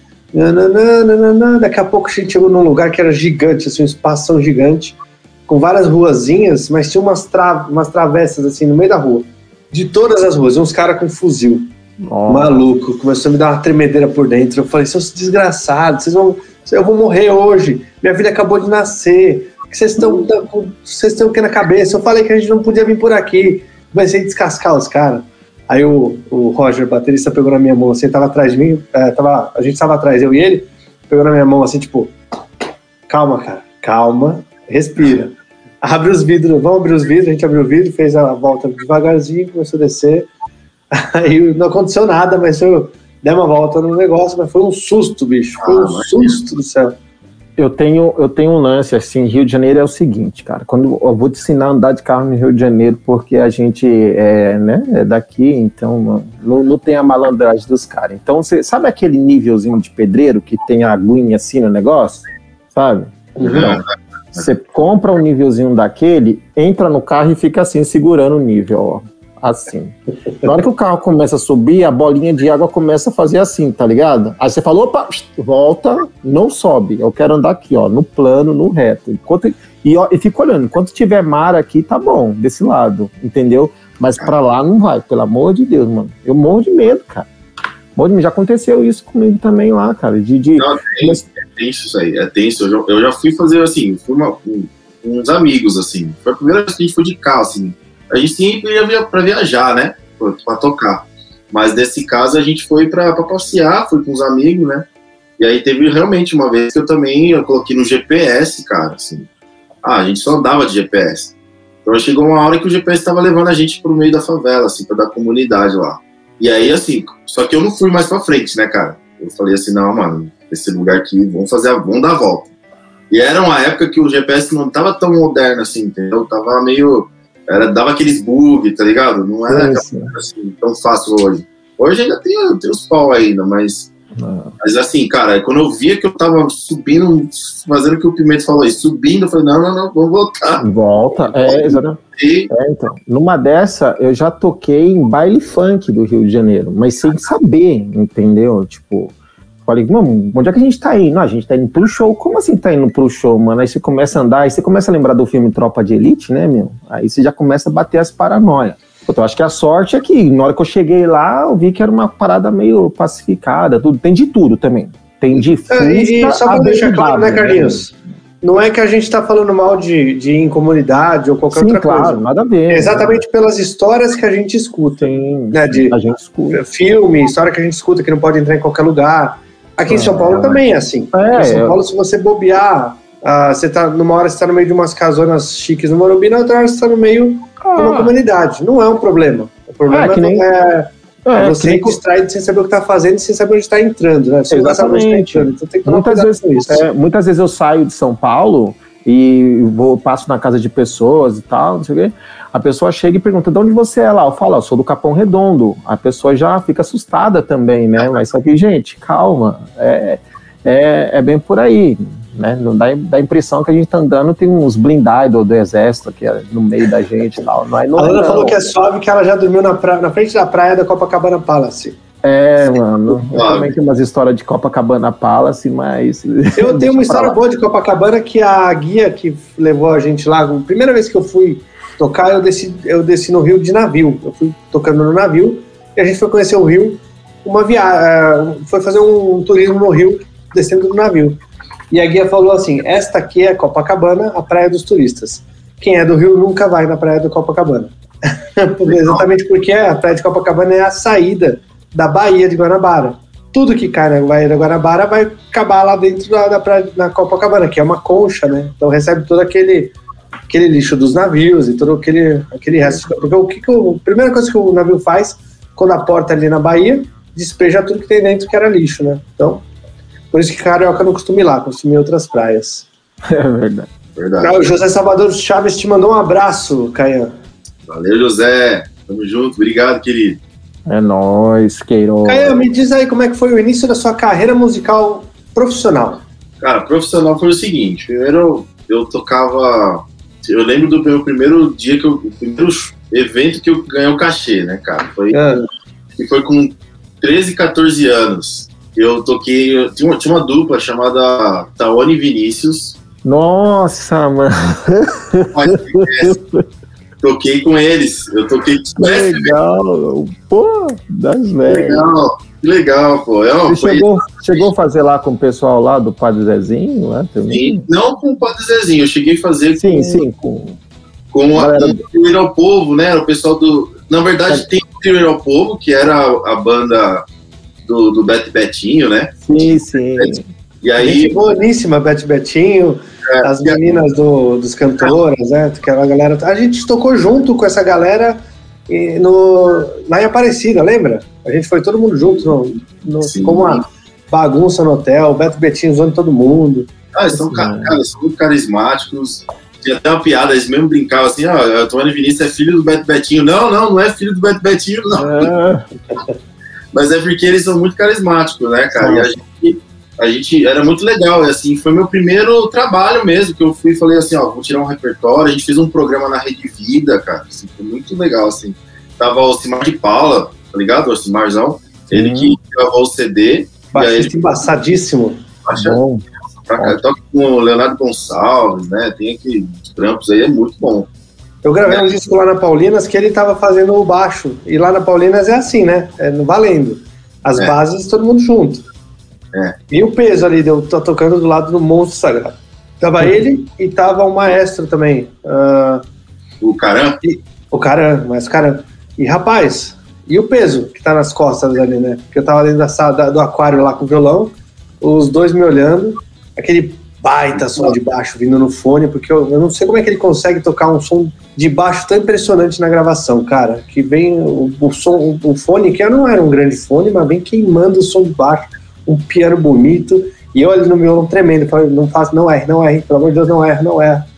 Nananana, daqui a pouco a gente chegou num lugar que era gigante, assim, um espação gigante, com várias ruazinhas, mas tinha umas, tra... umas travessas, assim, no meio da rua. De todas as ruas, uns caras com fuzil. Oh. Maluco, começou a me dar uma tremedeira por dentro. Eu falei, seus desgraçados, vocês vão... eu vou morrer hoje. Minha filha acabou de nascer. Vocês estão vocês estão aqui na cabeça. Eu falei que a gente não podia vir por aqui. Comecei a descascar os caras. Aí o, o Roger, baterista, pegou na minha mão assim, tava atrás de mim, é, tava, a gente tava atrás, eu e ele, pegou na minha mão assim, tipo, calma, cara, calma, respira. Abre os vidros, vamos abrir os vidros, a gente abriu o vidro, fez a volta devagarzinho, começou a descer. Aí não aconteceu nada, mas eu dei uma volta no negócio, mas foi um susto, bicho, foi um susto do céu. Eu tenho, eu tenho um lance, assim, Rio de Janeiro é o seguinte, cara, quando eu vou te ensinar a andar de carro no Rio de Janeiro, porque a gente é, né, é daqui, então não, não tem a malandragem dos caras. Então, você sabe aquele nívelzinho de pedreiro que tem a aguinha assim no negócio? Sabe? Uhum. Então, você compra um nívelzinho daquele, entra no carro e fica assim, segurando o nível, ó. Assim. Na hora que o carro começa a subir, a bolinha de água começa a fazer assim, tá ligado? Aí você fala, opa, volta, não sobe. Eu quero andar aqui, ó, no plano, no reto. Enquanto, e, ó, e fica olhando, enquanto tiver mar aqui, tá bom, desse lado, entendeu? Mas pra lá não vai, pelo amor de Deus, mano. Eu morro de medo, cara. Morro de medo. Já aconteceu isso comigo também lá, cara. De, de... Não, é tenso, é tenso isso aí, é tenso. Eu já, eu já fui fazer, assim, fui uma, um, uns amigos, assim. Foi a primeira vez que a gente foi de carro, assim. A gente sempre ia para viajar, né? Para tocar. Mas nesse caso a gente foi para passear, fui com os amigos, né? E aí teve realmente uma vez que eu também eu coloquei no G P S, cara, assim. Ah, a gente só andava de G P S. Então chegou uma hora que o G P S estava levando a gente pro meio da favela, assim, para dar comunidade lá. E aí, assim, só que eu não fui mais para frente, né, cara? Eu falei assim, não, mano, esse lugar aqui, vamos fazer a, vamos dar a volta. E era uma época que o G P S não tava tão moderno assim, entendeu? Tava meio... Era, dava aqueles bugs, tá ligado? Não era assim, tão fácil hoje. Hoje ainda tem, tem os pau ainda, mas... Não. Mas assim, cara, quando eu via que eu tava subindo, fazendo o que o Pimenta falou aí, subindo, eu falei, não, não, não, vamos voltar. Volta, é, exatamente. É, então, numa dessa, eu já toquei em baile funk do Rio de Janeiro, mas sem saber, entendeu? Tipo... Falei, mano, onde é que a gente tá indo? Não, a gente tá indo pro show. Como assim tá indo pro show, mano? Aí você começa a andar, aí você começa a lembrar do filme Tropa de Elite, né, meu? Aí você já começa a bater as paranoias. Eu acho que a sorte é que, na hora que eu cheguei lá, eu vi que era uma parada meio pacificada, tudo. Tem de tudo também. Tem de Fusca, é, e só pra deixar claro, né, Carlinhos? Não é que a gente tá falando mal de, de ir em comunidade ou qualquer Sim, outra claro, coisa. Nada a ver. É exatamente né? pelas histórias que a gente escuta. Sim, né, de a gente escuta. Filme, história que a gente escuta que não pode entrar em qualquer lugar. Aqui em São Paulo é, também é assim. É, em São eu... Paulo, se você bobear, uh, você tá, numa hora você tá no meio de umas casonas chiques no Morumbi, na outra hora você tá no meio ah. de uma comunidade. Não é um problema. O problema é, que nem... é, é você nem... distraído sem saber o que tá fazendo e sem saber onde tá entrando, né? Você Exatamente. Não tá entrando, então tem que tomar muitas vezes, com isso. É, muitas vezes eu saio de São Paulo e vou, passo na casa de pessoas e tal, não sei o quê. A pessoa chega e pergunta, de onde você é lá? Eu falo, eu sou do Capão Redondo. A pessoa já fica assustada também, né? Mas só que, gente, calma, é, é, é bem por aí, né? Não dá, dá a impressão que a gente tá andando, tem uns blindados do exército aqui no meio da gente e tal. Não é, não, a Ana não. falou que é suave, que ela já dormiu na, pra, na frente da praia da Copacabana Palace. É, mano, eu também tenho umas histórias de Copacabana Palace, mas... Eu tenho uma história boa de Copacabana que a guia que levou a gente lá, a primeira vez que eu fui tocar, eu desci, eu desci no Rio de navio. Eu fui tocando no navio e a gente foi conhecer o Rio, uma viagem, foi fazer um turismo no Rio, descendo do navio. E a guia falou assim, esta aqui é Copacabana, a praia dos turistas. Quem é do Rio nunca vai na praia do Copacabana. Exatamente porque a praia de Copacabana é a saída da Baía de Guanabara. Tudo que cai na Baía de Guanabara vai acabar lá dentro da, da praia, na Copacabana, que é uma concha, né? Então recebe todo aquele... aquele lixo dos navios e todo aquele, aquele resto. Porque o que, que o, a primeira coisa que o navio faz, quando aporta ali na Bahia, despeja tudo que tem dentro que era lixo, né? Então, por isso que carioca não costuma ir lá, costuma ir em outras praias. É verdade. verdade. Ah, o José Salvador Chaves te mandou um abraço, Caian. Valeu, José. Tamo junto. Obrigado, querido. É nóis, Queiroz. Caian, me diz aí como é que foi o início da sua carreira musical profissional. Cara, profissional foi o seguinte. Primeiro, eu tocava... Eu lembro do meu primeiro dia, que eu, o primeiro evento que eu ganhei o cachê, né, cara? Foi, é. que foi com treze, catorze anos. Eu toquei, eu tinha, uma, tinha uma dupla chamada Taone e Vinícius. Nossa, mano. Toquei com eles. Eu toquei com eles. Legal. Pô, das velhas. Legal. Que legal, pô. É uma, Você chegou, chegou a fazer lá com o pessoal lá do Padre Zezinho? Lá, sim, não com o Padre Zezinho, eu cheguei a fazer sim, com, sim, com, com a, o Trio ao Povo, né? O pessoal do. Na verdade, é. tem o Trio ao Povo, que era a, a banda do, do Bete Betinho, né? Sim, sim. E aí. Boníssima, Bete Betinho, é, as meninas do, dos cantoras, né? Aquela galera. A gente tocou junto com essa galera no, lá em Aparecida, lembra? A gente foi todo mundo junto, no, no, como uma bagunça no hotel, o Beto Betinho usando todo mundo. Ah, eles são, cara, cara, são muito carismáticos. Tinha até uma piada, eles mesmo brincavam assim, ó, oh, o Antônio Vinícius é filho do Beto Betinho. Não, não, não é filho do Beto Betinho, não. É. Mas é porque eles são muito carismáticos, né, cara? E a gente, a gente era muito legal, e assim, foi meu primeiro trabalho mesmo, que eu fui e falei assim, ó, vou tirar um repertório, a gente fez um programa na Rede Vida, cara, assim, foi muito legal, assim. Tava o Simar de Paula, tá ligado? O Simarzão, ele hum. que gravou o C D. Baixista embaçadíssimo. Baixa, bom. Toca com o Leonardo Gonçalves, né? Tem aqui os trampos aí, é muito bom. Eu gravei é. um disco lá na Paulinas que ele tava fazendo o baixo. E lá na Paulinas é assim, né? É no valendo. As é. bases, todo mundo junto. É. E o peso ali, eu tô tocando do lado do Monstro Sagrado. Tava ele e tava o maestro também. Uh, o Caran? E, o Caran, mas o Caran. E rapaz, e o peso que tá nas costas ali, né? Porque eu tava dentro da sala do aquário lá com o violão, os dois me olhando. Aquele baita som de baixo vindo no fone, porque eu, eu não sei como é que ele consegue tocar um som de baixo tão impressionante na gravação, cara, que vem o, o som, o, o fone, que não era um grande fone, mas vem queimando o som de baixo, um piano bonito, e eu ali no violão tremendo, falei, não faço, não erre, não erre, pelo amor de Deus, não erre, não erre.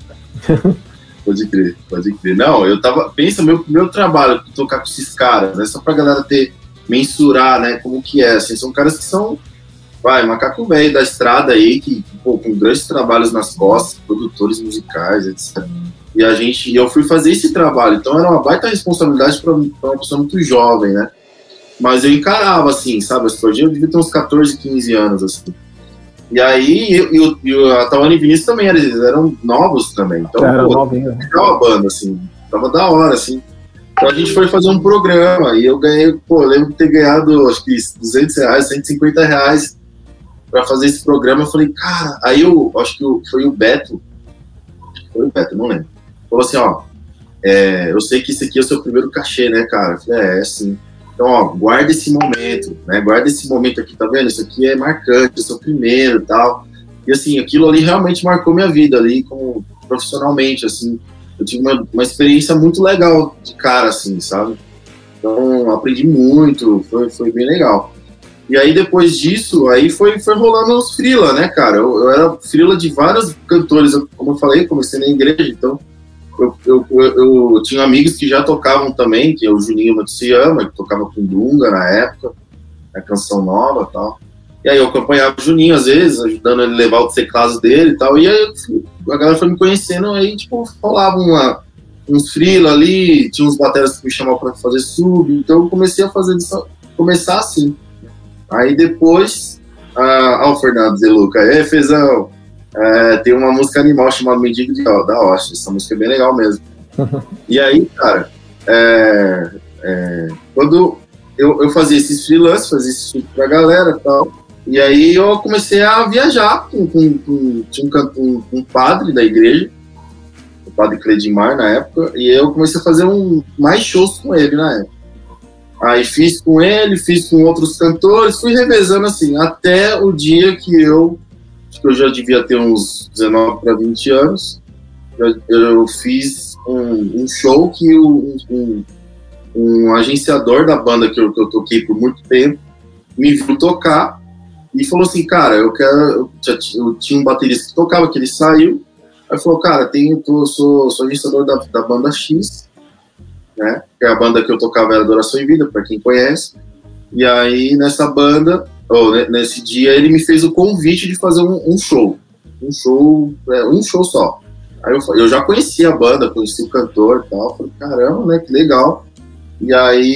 Pode crer, pode crer. Não, eu tava, pensa, meu, meu trabalho, tocar com esses caras, né, só pra galera ter, mensurar, né, como que é, assim, são caras que são vai, macaco velho da estrada aí, que, pô, com grandes trabalhos nas costas, produtores musicais, etcétera. E a gente, e eu fui fazer esse trabalho, então era uma baita responsabilidade para uma pessoa muito jovem, né? Mas eu encarava, assim, sabe, esse projeto, eu devia ter uns catorze, quinze anos, assim. E aí, e, e, e a Tawane e Vinícius também, eles eram novos também. Então, era pô, novinho. legal a banda, assim, tava da hora, assim. Então a gente foi fazer um programa, e eu ganhei, pô, eu lembro de ter ganhado, acho que duzentos reais, cento e cinquenta reais, pra fazer esse programa. Eu falei, cara, aí eu acho que foi o Beto, foi o Beto, não lembro, falou assim, ó, é, eu sei que esse aqui é o seu primeiro cachê, né, cara? Eu falei, é, é sim. Então, ó, guarda esse momento, né, guarda esse momento aqui, tá vendo? Isso aqui é marcante, é o seu primeiro e tal. E assim, aquilo ali realmente marcou minha vida ali, como profissionalmente, assim, eu tive uma, uma experiência muito legal de cara, assim, sabe? Então, aprendi muito, foi, foi bem legal. E aí, depois disso, aí foi, foi rolando os freela, né, cara? Eu, eu era freela de vários cantores, eu, como eu falei, comecei na igreja, então eu, eu, eu, eu tinha amigos que já tocavam também, que é o Juninho Matsuyama, que tocava com Dunga na época, a Canção Nova e tal. E aí eu acompanhava o Juninho, às vezes, ajudando ele a levar os teclados dele e tal, e aí a galera foi me conhecendo, aí, tipo, rolava uma, uns freela ali, tinha uns bateras que me chamavam pra fazer sub, então eu comecei a fazer isso, começar assim. Aí depois, ah, ó, o Fernando Zeluca, é, Fezão, é, tem uma música animal chamada Mendigo de, ó, da Osh, essa música é bem legal mesmo. E aí, cara, é, é, quando eu, eu fazia esses freelances, fazia isso pra galera e tal, e aí eu comecei a viajar com, com, com, tinha um, um, um padre da igreja, o padre Cledimar na época, e eu comecei a fazer um, mais shows com ele na época. Aí fiz com ele, fiz com outros cantores, fui revezando assim, até o dia que eu, acho que eu já devia ter uns dezenove para vinte anos, eu, eu fiz um, um show que o, um, um agenciador da banda que eu, que eu toquei por muito tempo me viu tocar e falou assim, cara, eu quero, eu, já, eu tinha um baterista que tocava, que ele saiu, aí falou, cara, tenho, eu sou, sou agenciador da, da banda X, né, que a banda que eu tocava era Adoração em Vida, para quem conhece, e aí nessa banda, ou nesse dia, ele me fez o convite de fazer um, um show, um show, é, um show só. Aí eu, eu já conhecia a banda, conhecia o cantor e tal, falei, caramba, né, que legal, e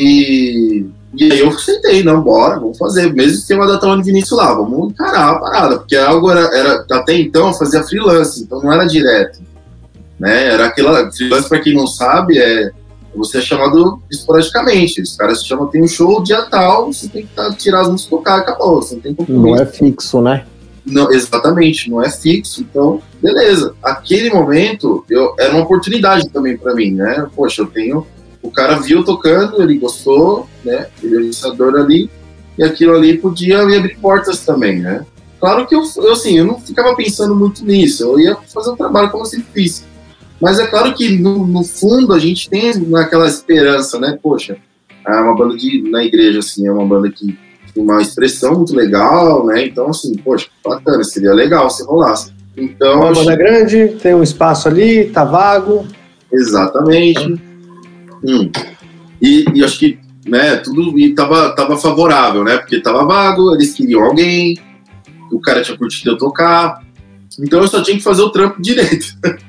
aí, e aí eu sentei, não, bora, vamos fazer, mesmo que tem uma da Tawane Vinícius lá, vamos encarar a parada, porque algo era, era, até então eu fazia freelance, então não era direto, né, era aquela, freelance para quem não sabe, é você é chamado esporadicamente. Os caras te chamam, tem um show dia tal, você tem que tá, tirar as músicas, tocar, acabou. Você não tem compromisso. Não é fixo, né? Não, exatamente, não é fixo. Então, beleza. Aquele momento, eu, era uma oportunidade também pra mim, né? Poxa, eu tenho... O cara viu tocando, ele gostou, né? Ele é o iniciador ali, e aquilo ali podia me abrir portas também, né? Claro que eu, eu, assim, eu não ficava pensando muito nisso. Eu ia fazer um trabalho como eu sempre fiz. Mas é claro que, no, no fundo, a gente tem aquela esperança, né? Poxa, é uma banda de, na igreja, assim, é uma banda que tem uma expressão muito legal, né? Então, assim, poxa, bacana, seria legal se rolasse. Então, uma banda grande, tem um espaço ali, tá vago. Exatamente. Hum. E, e acho que, né, tudo e tava, tava favorável, né? Porque tava vago, eles queriam alguém, o cara tinha curtido eu tocar. Então eu só tinha que fazer o trampo direito.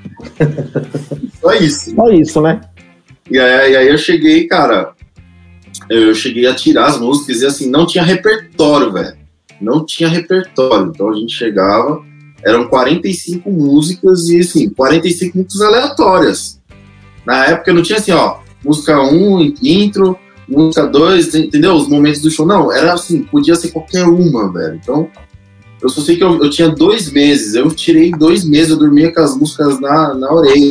Só isso. Só isso, né? E aí, e aí eu cheguei, cara, eu cheguei a tirar as músicas e assim, não tinha repertório, velho. Não tinha repertório. Então a gente chegava, eram quarenta e cinco músicas e assim, quarenta e cinco músicas aleatórias. Na época não tinha assim, ó, música um, intro, música dois, entendeu? Os momentos do show. Não, era assim, podia ser qualquer uma, velho. Então, eu só sei que eu, eu tinha dois meses, eu tirei dois meses, eu dormia com as músicas na, na orelha.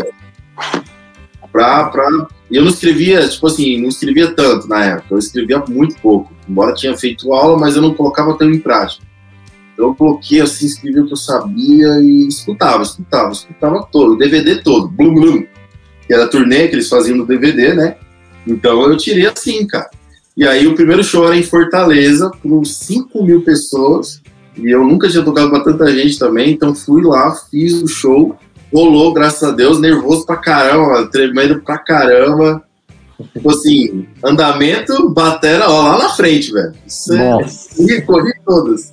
Pra, pra... E eu não escrevia, tipo assim, não escrevia tanto na época, eu escrevia muito pouco. Embora tinha feito aula, mas eu não colocava tão em prática. Eu coloquei assim, escrevia o que eu sabia e escutava, escutava, escutava todo, o D V D todo, blum, blum. Que era a turnê que eles faziam no D V D, né? Então eu tirei assim, cara. E aí o primeiro show era em Fortaleza, com cinco mil pessoas, e eu nunca tinha tocado pra tanta gente também, então fui lá, fiz o show, rolou, graças a Deus, nervoso pra caramba, tremendo pra caramba. Tipo assim, andamento, batera, ó, lá na frente, velho. Corri, corri todas.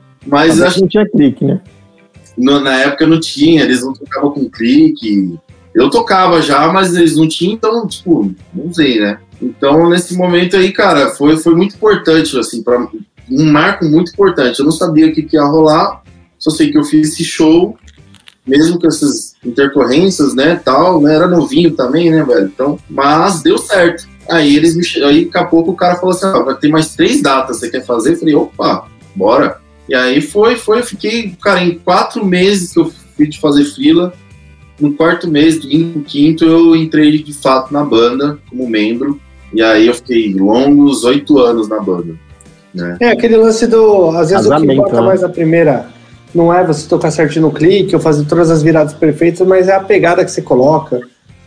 Mas acho que não tinha clique, né? No, na época não tinha, eles não tocavam com clique. Eu tocava já, mas eles não tinham, então, tipo, não usei, né? Então, nesse momento aí, cara, foi, foi muito importante, assim, pra, um marco muito importante. Eu não sabia o que, que ia rolar, só sei que eu fiz esse show, mesmo com essas intercorrências, né, tal, né, era novinho também, né, velho, então, mas deu certo. Aí eles me, aí daqui a pouco o cara falou assim, ah, vai ter mais três datas, você quer fazer? Eu falei, opa, bora. E aí foi, foi, eu fiquei, cara, em quatro meses que eu fui de fazer fila, no quarto mês, no quinto, eu entrei de fato na banda, como membro, e aí eu fiquei longos oito anos na banda, né. É, aquele lance do, às vezes Casamento, o que importa né? mais a primeira... Não é você tocar certinho no clique ou fazer todas as viradas perfeitas, mas é a pegada que você coloca,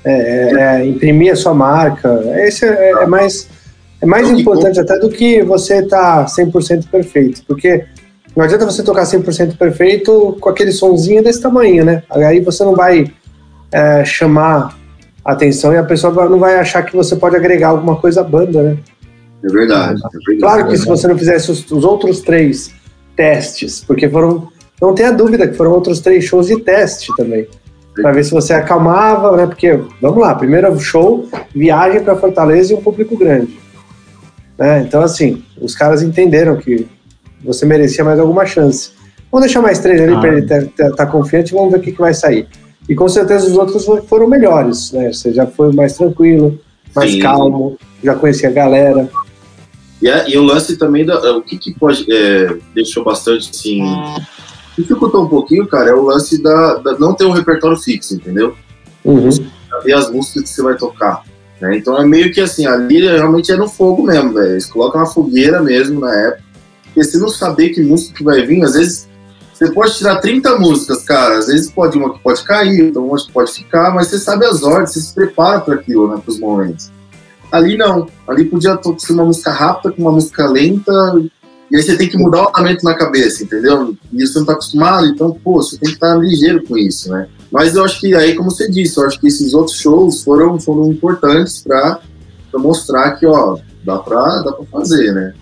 é, é imprimir a sua marca. Esse é, é mais, é mais importante até do que você estar tá cem por cento perfeito, porque não adianta você tocar cem por cento perfeito com aquele sonzinho desse tamanho, né? Aí você não vai é, chamar a atenção e a pessoa não vai achar que você pode agregar alguma coisa à banda, né? É verdade. É verdade claro que é verdade. Se você não fizesse os, os outros três testes, porque foram... Não tenha dúvida que foram outros três shows de teste também, para ver se você acalmava, né? Porque, vamos lá, primeiro show, viagem para Fortaleza e um público grande. Né? Então, assim, os caras entenderam que você merecia mais alguma chance. Vamos deixar mais três ali ah. para ele estar tá confiante e vamos ver o que, que vai sair. E com certeza os outros foram melhores, né? Você já foi mais tranquilo, mais Sim. calmo, já conhecia a galera. E, a, e o lance também, da, o que, que pode, é, deixou bastante, assim... dificultou um pouquinho, cara, é o lance da, da não ter um repertório fixo, entendeu? Uhum. Saber as músicas que você vai tocar, né? Então é meio que assim, ali realmente é no fogo mesmo, velho. Eles colocam uma fogueira mesmo na época, porque se não saber que música que vai vir, às vezes você pode tirar trinta músicas, cara, às vezes pode uma que pode cair, então uma que pode ficar, mas você sabe as ordens, você se prepara para aquilo, né, pros momentos. Ali não, ali podia ser uma música rápida com uma música lenta. E aí você tem que mudar o andamento na cabeça, entendeu? E você não tá acostumado, então, pô, você tem que estar ligeiro com isso, né? Mas eu acho que aí, como você disse, eu acho que esses outros shows foram, foram importantes pra, pra mostrar que, ó, dá pra, dá pra fazer, né?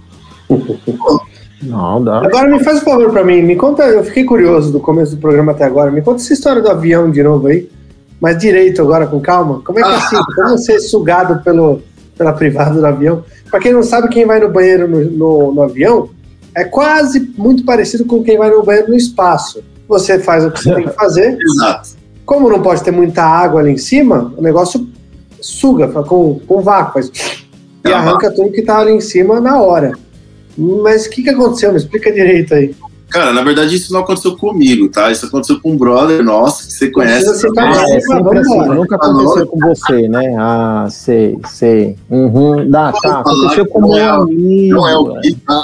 Não, dá. Agora me faz um favor pra mim, me conta, eu fiquei curioso do começo do programa até agora, me conta essa história do avião de novo aí, mas direito agora, com calma. Como é que é assim? Como ser sugado pelo, pela privada do avião? Pra quem não sabe, quem vai no banheiro no, no, no avião, é quase muito parecido com quem vai no banheiro no espaço. Você faz o que você tem que fazer. Exato. Como não pode ter muita água ali em cima, o negócio suga com, com vácuo. Faz, e arranca tudo que tá ali em cima na hora. Mas o que, que aconteceu? Me explica direito aí. Cara, na verdade isso não aconteceu comigo, tá? Isso aconteceu com um brother nosso que você conhece. Você tá ah, é, sempre assim, nunca aconteceu com você, né? Ah, sei, sei. Uhum. Dá, tá, aconteceu com o meu amigo. Não é o que tá.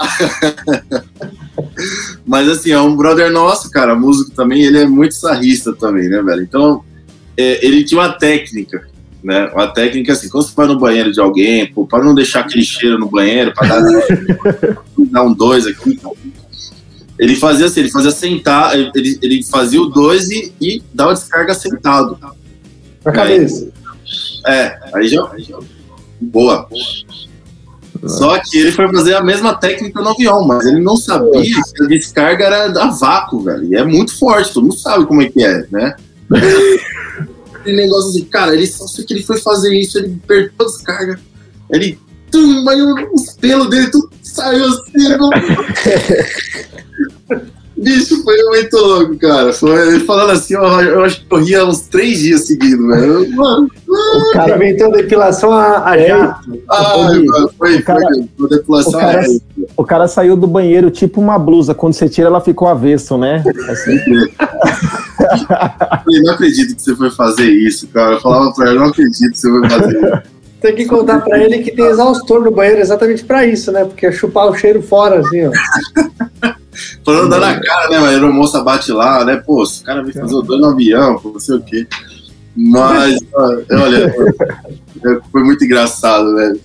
Mas assim, é um brother nosso, cara, músico também, ele é muito sarrista também, né, velho? Então, é, ele tinha uma técnica, né? Uma técnica assim, quando você vai no banheiro de alguém, pô, para não deixar aquele cheiro no banheiro, para dar, dar um dois aqui, então. Ele fazia assim, ele fazia sentar, ele, ele fazia o dois e, e dava descarga sentado. Na cabeça. É, aí já, aí já boa. Só que ele foi fazer a mesma técnica no avião, mas ele não sabia que a descarga era a vácuo, velho. E é muito forte, todo mundo sabe como é que é, né? Aquele negócio assim, cara, ele só sei que ele foi fazer isso, ele apertou a descarga, ele. Tum, mas os pelos dele tudo saiu assim. Não... Bicho, foi muito louco, cara. Foi ele falando assim, eu, eu acho que eu ria uns três dias seguidos, velho. Mano, o cara inventou depilação a, a jato. Ah, foi, o cara, foi depilação o cara, a jato. O cara saiu do banheiro tipo uma blusa. Quando você tira, ela ficou avesso, né? Assim. Eu não acredito que você foi fazer isso, cara. Eu falava pra ele, eu não acredito que você foi fazer isso. Tem que contar pra ele que tem exaustor no banheiro exatamente pra isso, né? Porque é chupar o cheiro fora, assim, ó. Falando dar na cara, né? A aeromoça bate lá, né? Pô, esse cara veio fazer o dois no avião, não sei o quê. Mas, olha, foi muito engraçado, velho.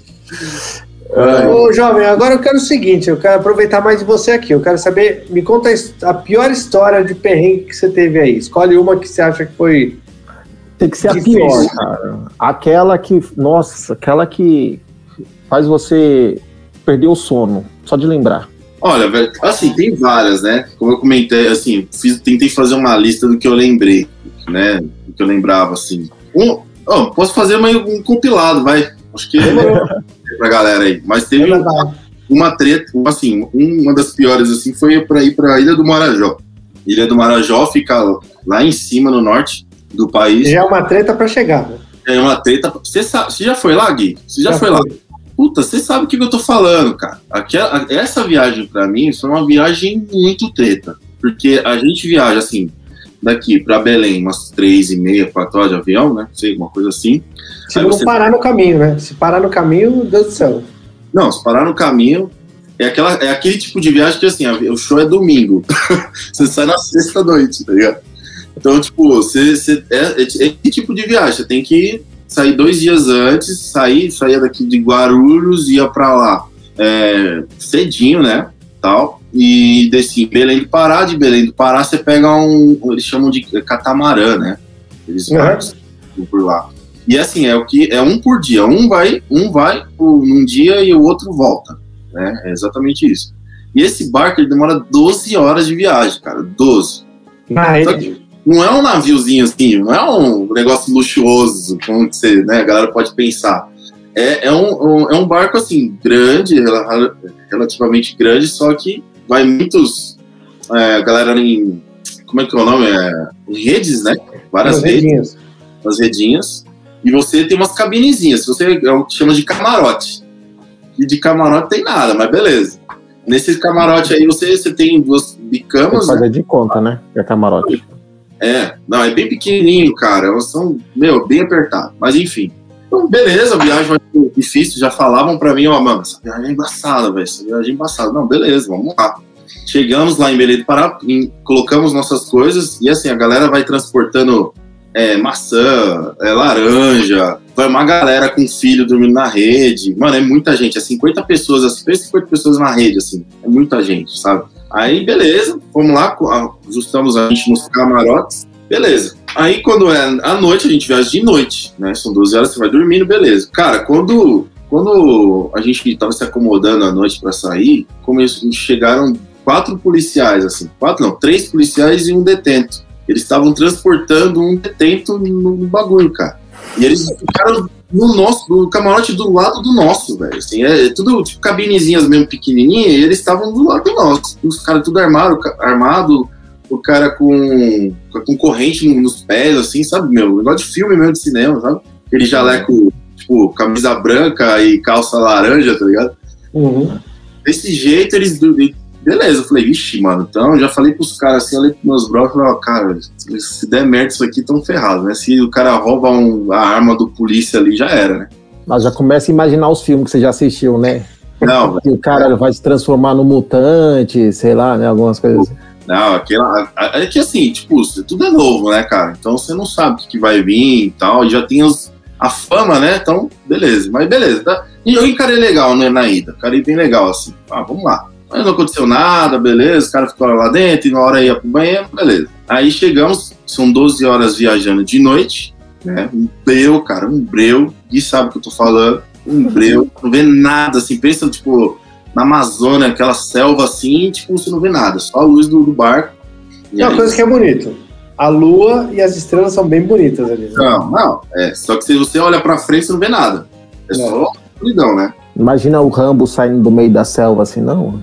Ô, jovem, agora eu quero o seguinte, eu quero aproveitar mais de você aqui. Eu quero saber, me conta a pior história de perrengue que você teve aí. Escolhe uma que você acha que foi... Tem que ser difícil. A pior, cara. Aquela que, nossa, aquela que faz você perder o sono, só de lembrar. Olha, velho, assim, tem várias, né? Como eu comentei, assim, fiz, tentei fazer uma lista do que eu lembrei, né? Do que eu lembrava, assim. Um, oh, posso fazer uma, um compilado, vai. Acho que é pra galera aí. Mas teve uma, uma treta, assim, uma das piores, assim, foi pra ir pra Ilha do Marajó. Ilha do Marajó fica lá em cima, no norte do país. Já é uma treta pra chegar, né? É uma treta. Você, sabe, você já foi lá, Gui? Você já, já foi, foi lá? Puta, você sabe o que eu tô falando, cara. Aquela, essa viagem pra mim foi uma viagem muito treta. Porque a gente viaja, assim, daqui pra Belém, umas três e meia, quatro horas de avião, né? Sei, uma coisa assim. Se não você... parar no caminho, né? Se parar no caminho, meu Deus do céu. Não, se parar no caminho, é, aquela, é aquele tipo de viagem que, assim, o show é domingo. Você sai na sexta-noite, tá ligado? Então, tipo, você, você, é, é esse tipo de viagem. Você tem que sair dois dias antes, sair, sair daqui de Guarulhos, ia pra lá é, cedinho, né, tal, e desci em Belém do Pará. De Belém do Pará você pega um, eles chamam de catamarã, né, eles uhum. por lá. E assim, é o que é um por dia, um vai, um vai por, num dia e o outro volta, né, é exatamente isso. E esse barco, ele demora doze horas de viagem, cara, doze. Ah, Só que não é um naviozinho assim, não é um negócio luxuoso, como você, né, a galera pode pensar. É, é, um, um, é um barco, assim, grande, relativamente grande, só que vai muitos, é, a galera em, como é que é o nome? É, em redes, né? Várias As redes. redinhas. As redinhas. E você tem umas cabinezinhas, você é o que chama de camarote. E de camarote tem nada, mas beleza. Nesse camarote aí você, você tem duas bicamas. Tem que fazer, né, de conta, né? É camarote. É, não, é bem pequenininho, cara. Elas são, meu, bem apertadas. Mas enfim. Então, beleza, a viagem vai ser difícil. Já falavam pra mim, ó, oh, mano, essa viagem é embaçada, velho. Essa viagem é embaçada. Não, beleza, vamos lá. Chegamos lá em Belém do Pará, em, colocamos nossas coisas e assim, a galera vai transportando é, maçã, é, laranja. Vai uma galera com filho dormindo na rede. Mano, é muita gente. É cinquenta pessoas, assim, cinquenta pessoas na rede, assim. É muita gente, sabe? Aí, beleza, vamos lá, ajustamos a gente nos camarotes, beleza. Aí, quando é à noite, a gente viaja de noite, né? São doze horas, você vai dormindo, beleza. Cara, quando, quando a gente tava se acomodando à noite pra sair, começou, chegaram quatro policiais, assim, quatro não, três policiais e um detento. Eles estavam transportando um detento no, no bagulho, cara. E eles ficaram no nosso, no camarote do lado do nosso, velho. Assim, é, é tudo tipo cabinezinhas mesmo pequenininhas, e eles estavam do lado do nosso. Os caras tudo armado, armado, o cara com, com corrente nos pés, assim, sabe, meu? Negócio de filme mesmo, de cinema, sabe? Aquele jaleco, tipo, camisa branca e calça laranja, tá ligado? Uhum. Desse jeito, eles... Beleza, eu falei, vixe, mano, então já falei pros caras assim, olhei pros meus brothers e falei, ó, cara, se der merda isso aqui, tão ferrado, né? Se o cara rouba um, a arma do polícia ali, já era, né? Mas já começa a imaginar os filmes que você já assistiu, né? Não. Que o cara vai se transformar no mutante, sei lá, né? Algumas coisas assim. Não, aquela, é que assim, tipo, tudo é novo, né, cara? Então você não sabe o que, que vai vir e tal, e já tem os, a fama, né? Então, beleza, mas beleza, tá? E eu encarei legal, né, na ida, encarei bem legal, assim, ah, vamos lá. Mas não aconteceu nada, beleza, o cara ficou lá dentro, e na hora ia pro banheiro, beleza. Aí chegamos, são doze horas viajando de noite, né? Um breu, cara, um breu, e sabe o que eu tô falando? Um breu, não vê nada, assim, pensa, tipo, na Amazônia, aquela selva assim, tipo, você não vê nada, só a luz do, do barco. É uma coisa que é bonito. A lua e as estrelas são bem bonitas ali. Né? Não, não, é, só que se você olha pra frente, você não vê nada. É não. Só escuridão, né? Imagina o Rambo saindo do meio da selva assim, não?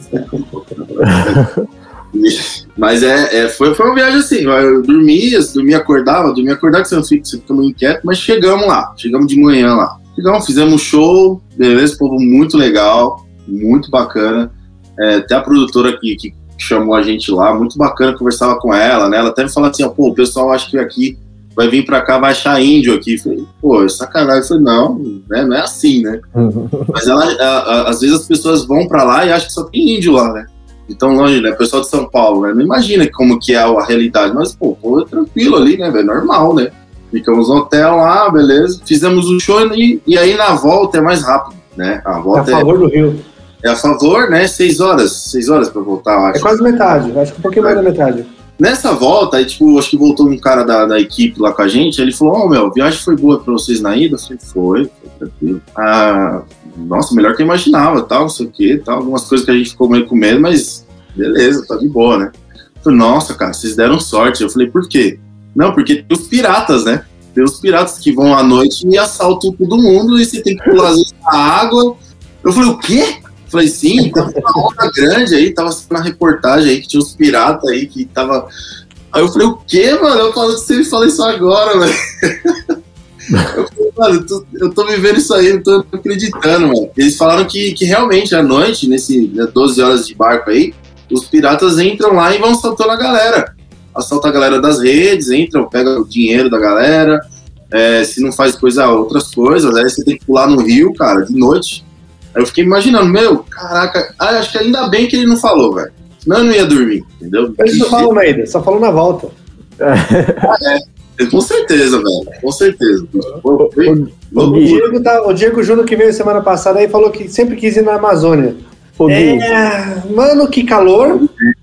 Mas é, é, foi, foi uma viagem assim, eu dormia, dormia, acordava, dormia, acordava, que você não fica, você fica meio inquieto, mas chegamos lá, chegamos de manhã lá. Chegamos, fizemos um show, beleza, povo muito legal, muito bacana. É, até a produtora que, que chamou a gente lá, muito bacana, conversava com ela, né? Ela até me falou assim, ó, pô, o pessoal acha que aqui vai vir pra cá, vai achar índio aqui. Falei, pô, sacanagem. Eu falei, não, né? Não é assim, né? Uhum. Mas ela, a, a, às vezes as pessoas vão pra lá e acham que só tem índio lá, né? De tão longe, né? O pessoal de São Paulo, né? Não imagina como que é a realidade. Mas, pô, pô é tranquilo ali, né, velho? Normal, né? Ficamos no hotel lá, beleza. Fizemos o show e, e aí na volta é mais rápido, né? A volta é a favor é, do Rio. É a favor, né? Seis horas. Seis horas pra voltar, eu acho. É quase metade. Acho que um pouquinho mais da metade. Nessa volta, aí, tipo, acho que voltou um cara da, da equipe lá com a gente, ele falou, ó, oh, meu, a viagem foi boa pra vocês na ida? Eu falei, foi, foi tranquilo. Ah, nossa, melhor que eu imaginava, tal, não sei o que, tal, algumas coisas que a gente ficou meio com medo, mas beleza, tá de boa, né? Eu falei, nossa, cara, vocês deram sorte. Eu falei, por quê? Não, porque tem os piratas, né? Tem os piratas que vão à noite e assaltam todo mundo e você tem que pular às vezes na água. Eu falei, o quê? Falei, sim, tava uma onda grande aí, tava na reportagem aí, que tinha uns piratas aí, que tava... Aí eu falei, o quê, mano? Eu falei, você me fala isso agora, velho. Eu falei, mano, eu tô, eu tô vivendo isso aí, não tô acreditando, mano. Eles falaram que, que realmente, à noite, nesse né, doze horas de barco aí, os piratas entram lá e vão assaltando a galera. Assaltam a galera das redes, entram, pegam o dinheiro da galera, é, se não faz coisa, outras coisas, aí você tem que pular no rio, cara, de noite. Aí eu fiquei imaginando, meu, caraca, ah, acho que ainda bem que ele não falou, velho. Senão eu não ia dormir, entendeu? Ele não falou ainda, só falou na volta. Ah, é, com certeza, velho, com certeza. O, o, o, Diego tá, o Diego Júnior, que veio semana passada aí, falou que sempre quis ir na Amazônia. É, mano, que calor,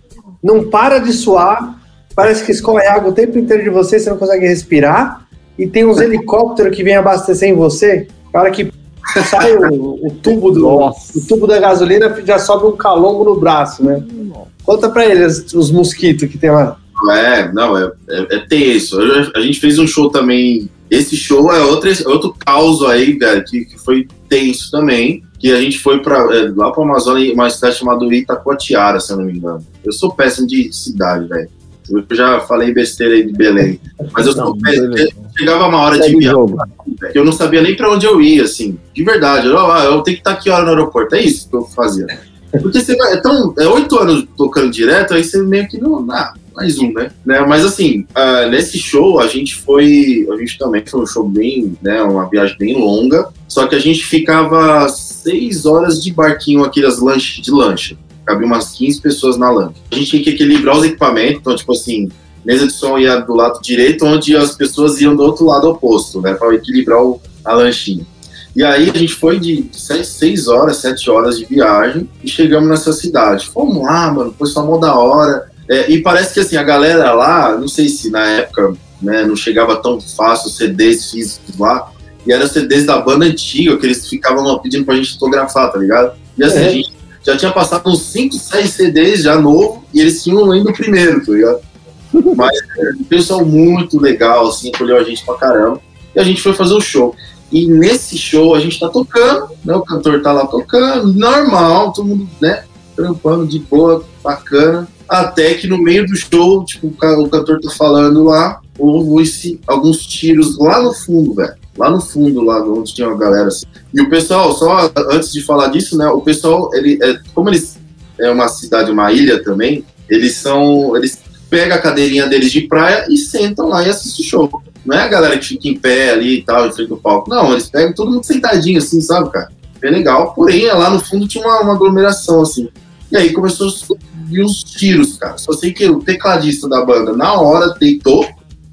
não para de suar, parece que escorre água o tempo inteiro de você, você não consegue respirar, e tem uns helicópteros que vêm abastecer em você, cara que sai o, o, tubo do, o tubo da gasolina, já sobe um calombo no braço, né? Conta pra eles os mosquitos que tem lá. É, não, é, é, é tenso. A gente fez um show também. Esse show é outro, outro caos aí, velho, que, que foi tenso também. Que a gente foi pra, é, lá pra Amazônia, uma cidade chamada Itacoatiara, se eu não me engano. Eu sou péssimo de cidade, velho. Eu já falei besteira aí de Belém. Mas eu sou péssimo. Chegava uma hora de viagem que eu não sabia nem pra onde eu ia, assim. De verdade. Eu, eu tenho que estar aqui hora no aeroporto. É isso que eu fazia. Porque você vai. É tão. É oito anos tocando direto, aí você meio que não. Ah, mais um, né? né? Mas assim, uh, nesse show a gente foi. A gente também foi um show bem. Né, uma viagem bem longa. Só que a gente ficava seis horas de barquinho, aquelas lanches de lancha. Cabia umas quinze pessoas na lancha. A gente tinha que equilibrar os equipamentos. Então, tipo assim, mesa de som ia do lado direito, onde as pessoas iam do outro lado oposto, né? Para equilibrar o, a lanchinha. E aí a gente foi de seis horas, sete horas de viagem e chegamos nessa cidade. Fomos lá, mano, foi só mó da hora. É, e parece que assim, a galera lá, não sei se na época né, não chegava tão fácil C Ds físicos lá, e eram C Ds da banda antiga, que eles ficavam pedindo pra gente fotografar, tá ligado? E assim, é. a gente já tinha passado uns cinco, seis C Ds já novo, e eles tinham ainda o primeiro, tá ligado? Mas é, um pessoal muito legal, assim, acolheu a gente pra caramba. E a gente foi fazer o show. E nesse show a gente tá tocando, né? O cantor tá lá tocando, normal, todo mundo, né? Trampando de boa, bacana. Até que no meio do show, tipo, o cantor tá falando lá, houve alguns tiros lá no fundo, velho. Lá no fundo, lá onde tinha uma galera assim. E o pessoal, só antes de falar disso, né? O pessoal, ele, é, como eles é uma cidade, uma ilha também, eles são. Eles pegam a cadeirinha deles de praia e sentam lá e assistem o show. Não é a galera que fica em pé ali e tal, em frente do palco. Não, eles pegam todo mundo sentadinho assim, sabe, cara? Bem legal. Porém, lá no fundo tinha uma, uma aglomeração, assim. E aí começou a subir uns tiros, cara. Só sei que o tecladista da banda, na hora, deitou.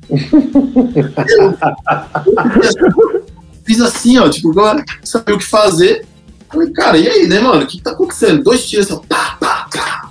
eu, eu fiz assim, ó, tipo, agora sabia o que fazer. Falei, cara, e aí, né, mano? O que tá acontecendo? Dois tiros assim, ó, pá, pá,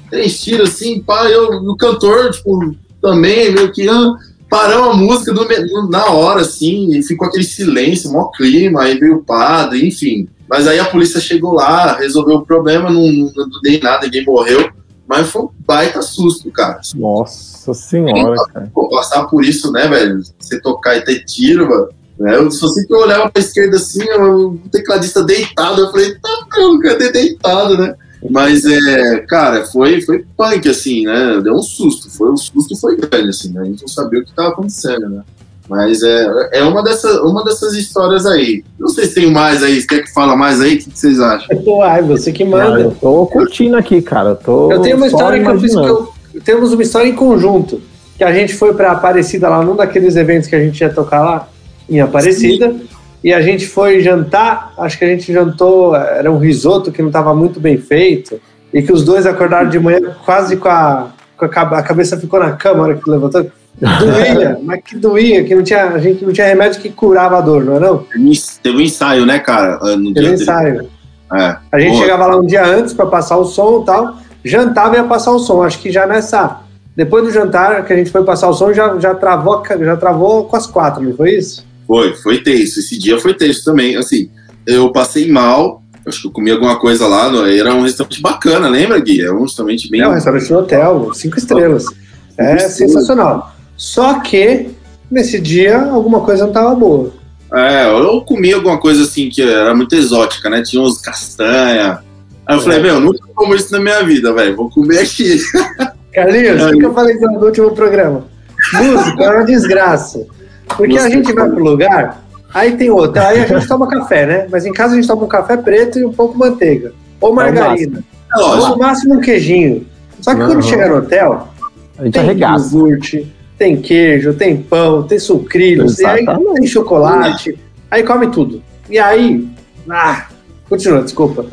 três tiros assim, pá, eu, o cantor, tipo, também, meio que ah, parou a música do, na hora, assim, e ficou aquele silêncio, maior clima, aí veio o padre, enfim. Mas aí a polícia chegou lá, resolveu o problema, não, não dei nada, ninguém morreu, mas foi um baita susto, cara. Nossa senhora, cara. Pô, passar por isso, né, velho? Você tocar e ter tiro, mano. Né? Eu só sei que eu olhava pra esquerda assim, o tecladista deitado, eu falei, tá, não, cadê deitado, né? Mas, é, cara, foi, foi punk, assim, né? Deu um susto, foi, o susto foi grande, assim, né? A gente não sabia o que tava acontecendo, né? Mas é, é uma, dessas, uma dessas histórias aí. Não sei se tem mais aí, você quer que fala mais aí? O que vocês acham? Uai, você que manda. Ah, eu tô curtindo aqui, cara. Eu, tô eu tenho uma história que eu fiz, que eu, temos uma história em conjunto, que a gente foi pra Aparecida lá, num daqueles eventos que a gente ia tocar lá, em Aparecida, sim. E a gente foi jantar, acho que a gente jantou, era um risoto que não estava muito bem feito, e que os dois acordaram de manhã quase com a, com a, a cabeça ficou na cama na hora que levantou. Doía, mas que doía, que não tinha, a gente não tinha remédio que curava a dor, não é não? Teve um ensaio, né, cara? No Teve um ensaio. É. A gente Boa. chegava lá um dia antes para passar o som e tal, jantava e ia passar o som, acho que já nessa... Depois do jantar, que a gente foi passar o som, já, já, travou, já travou com as quatro, não foi isso? Foi, foi tenso. Esse dia foi tenso também. Assim, eu passei mal, acho que eu comi alguma coisa lá, era um restaurante bacana, lembra, Gui? É um restaurante bem... É um restaurante no hotel, cinco estrelas. É cinco sensacional. Estrelas. Só que, nesse dia, alguma coisa não estava boa. É, eu comi alguma coisa assim que era muito exótica, né? Tinha uns castanha. Aí eu é. falei, meu, nunca comi isso na minha vida, velho. Vou comer aqui. Carlinhos, o que eu falei no último programa? Música é uma desgraça. Porque Música a gente vai pro lugar, aí tem outro, aí a gente toma café, né? Mas em casa a gente toma um café preto e um pouco manteiga. Ou margarina. É ou no máximo um queijinho. Só que uhum. quando chega no hotel, a gente tem arregaça. iogurte, tem queijo, tem pão, tem sucrilhos, e aí tem chocolate, aí come tudo. E aí, ah, continua, desculpa.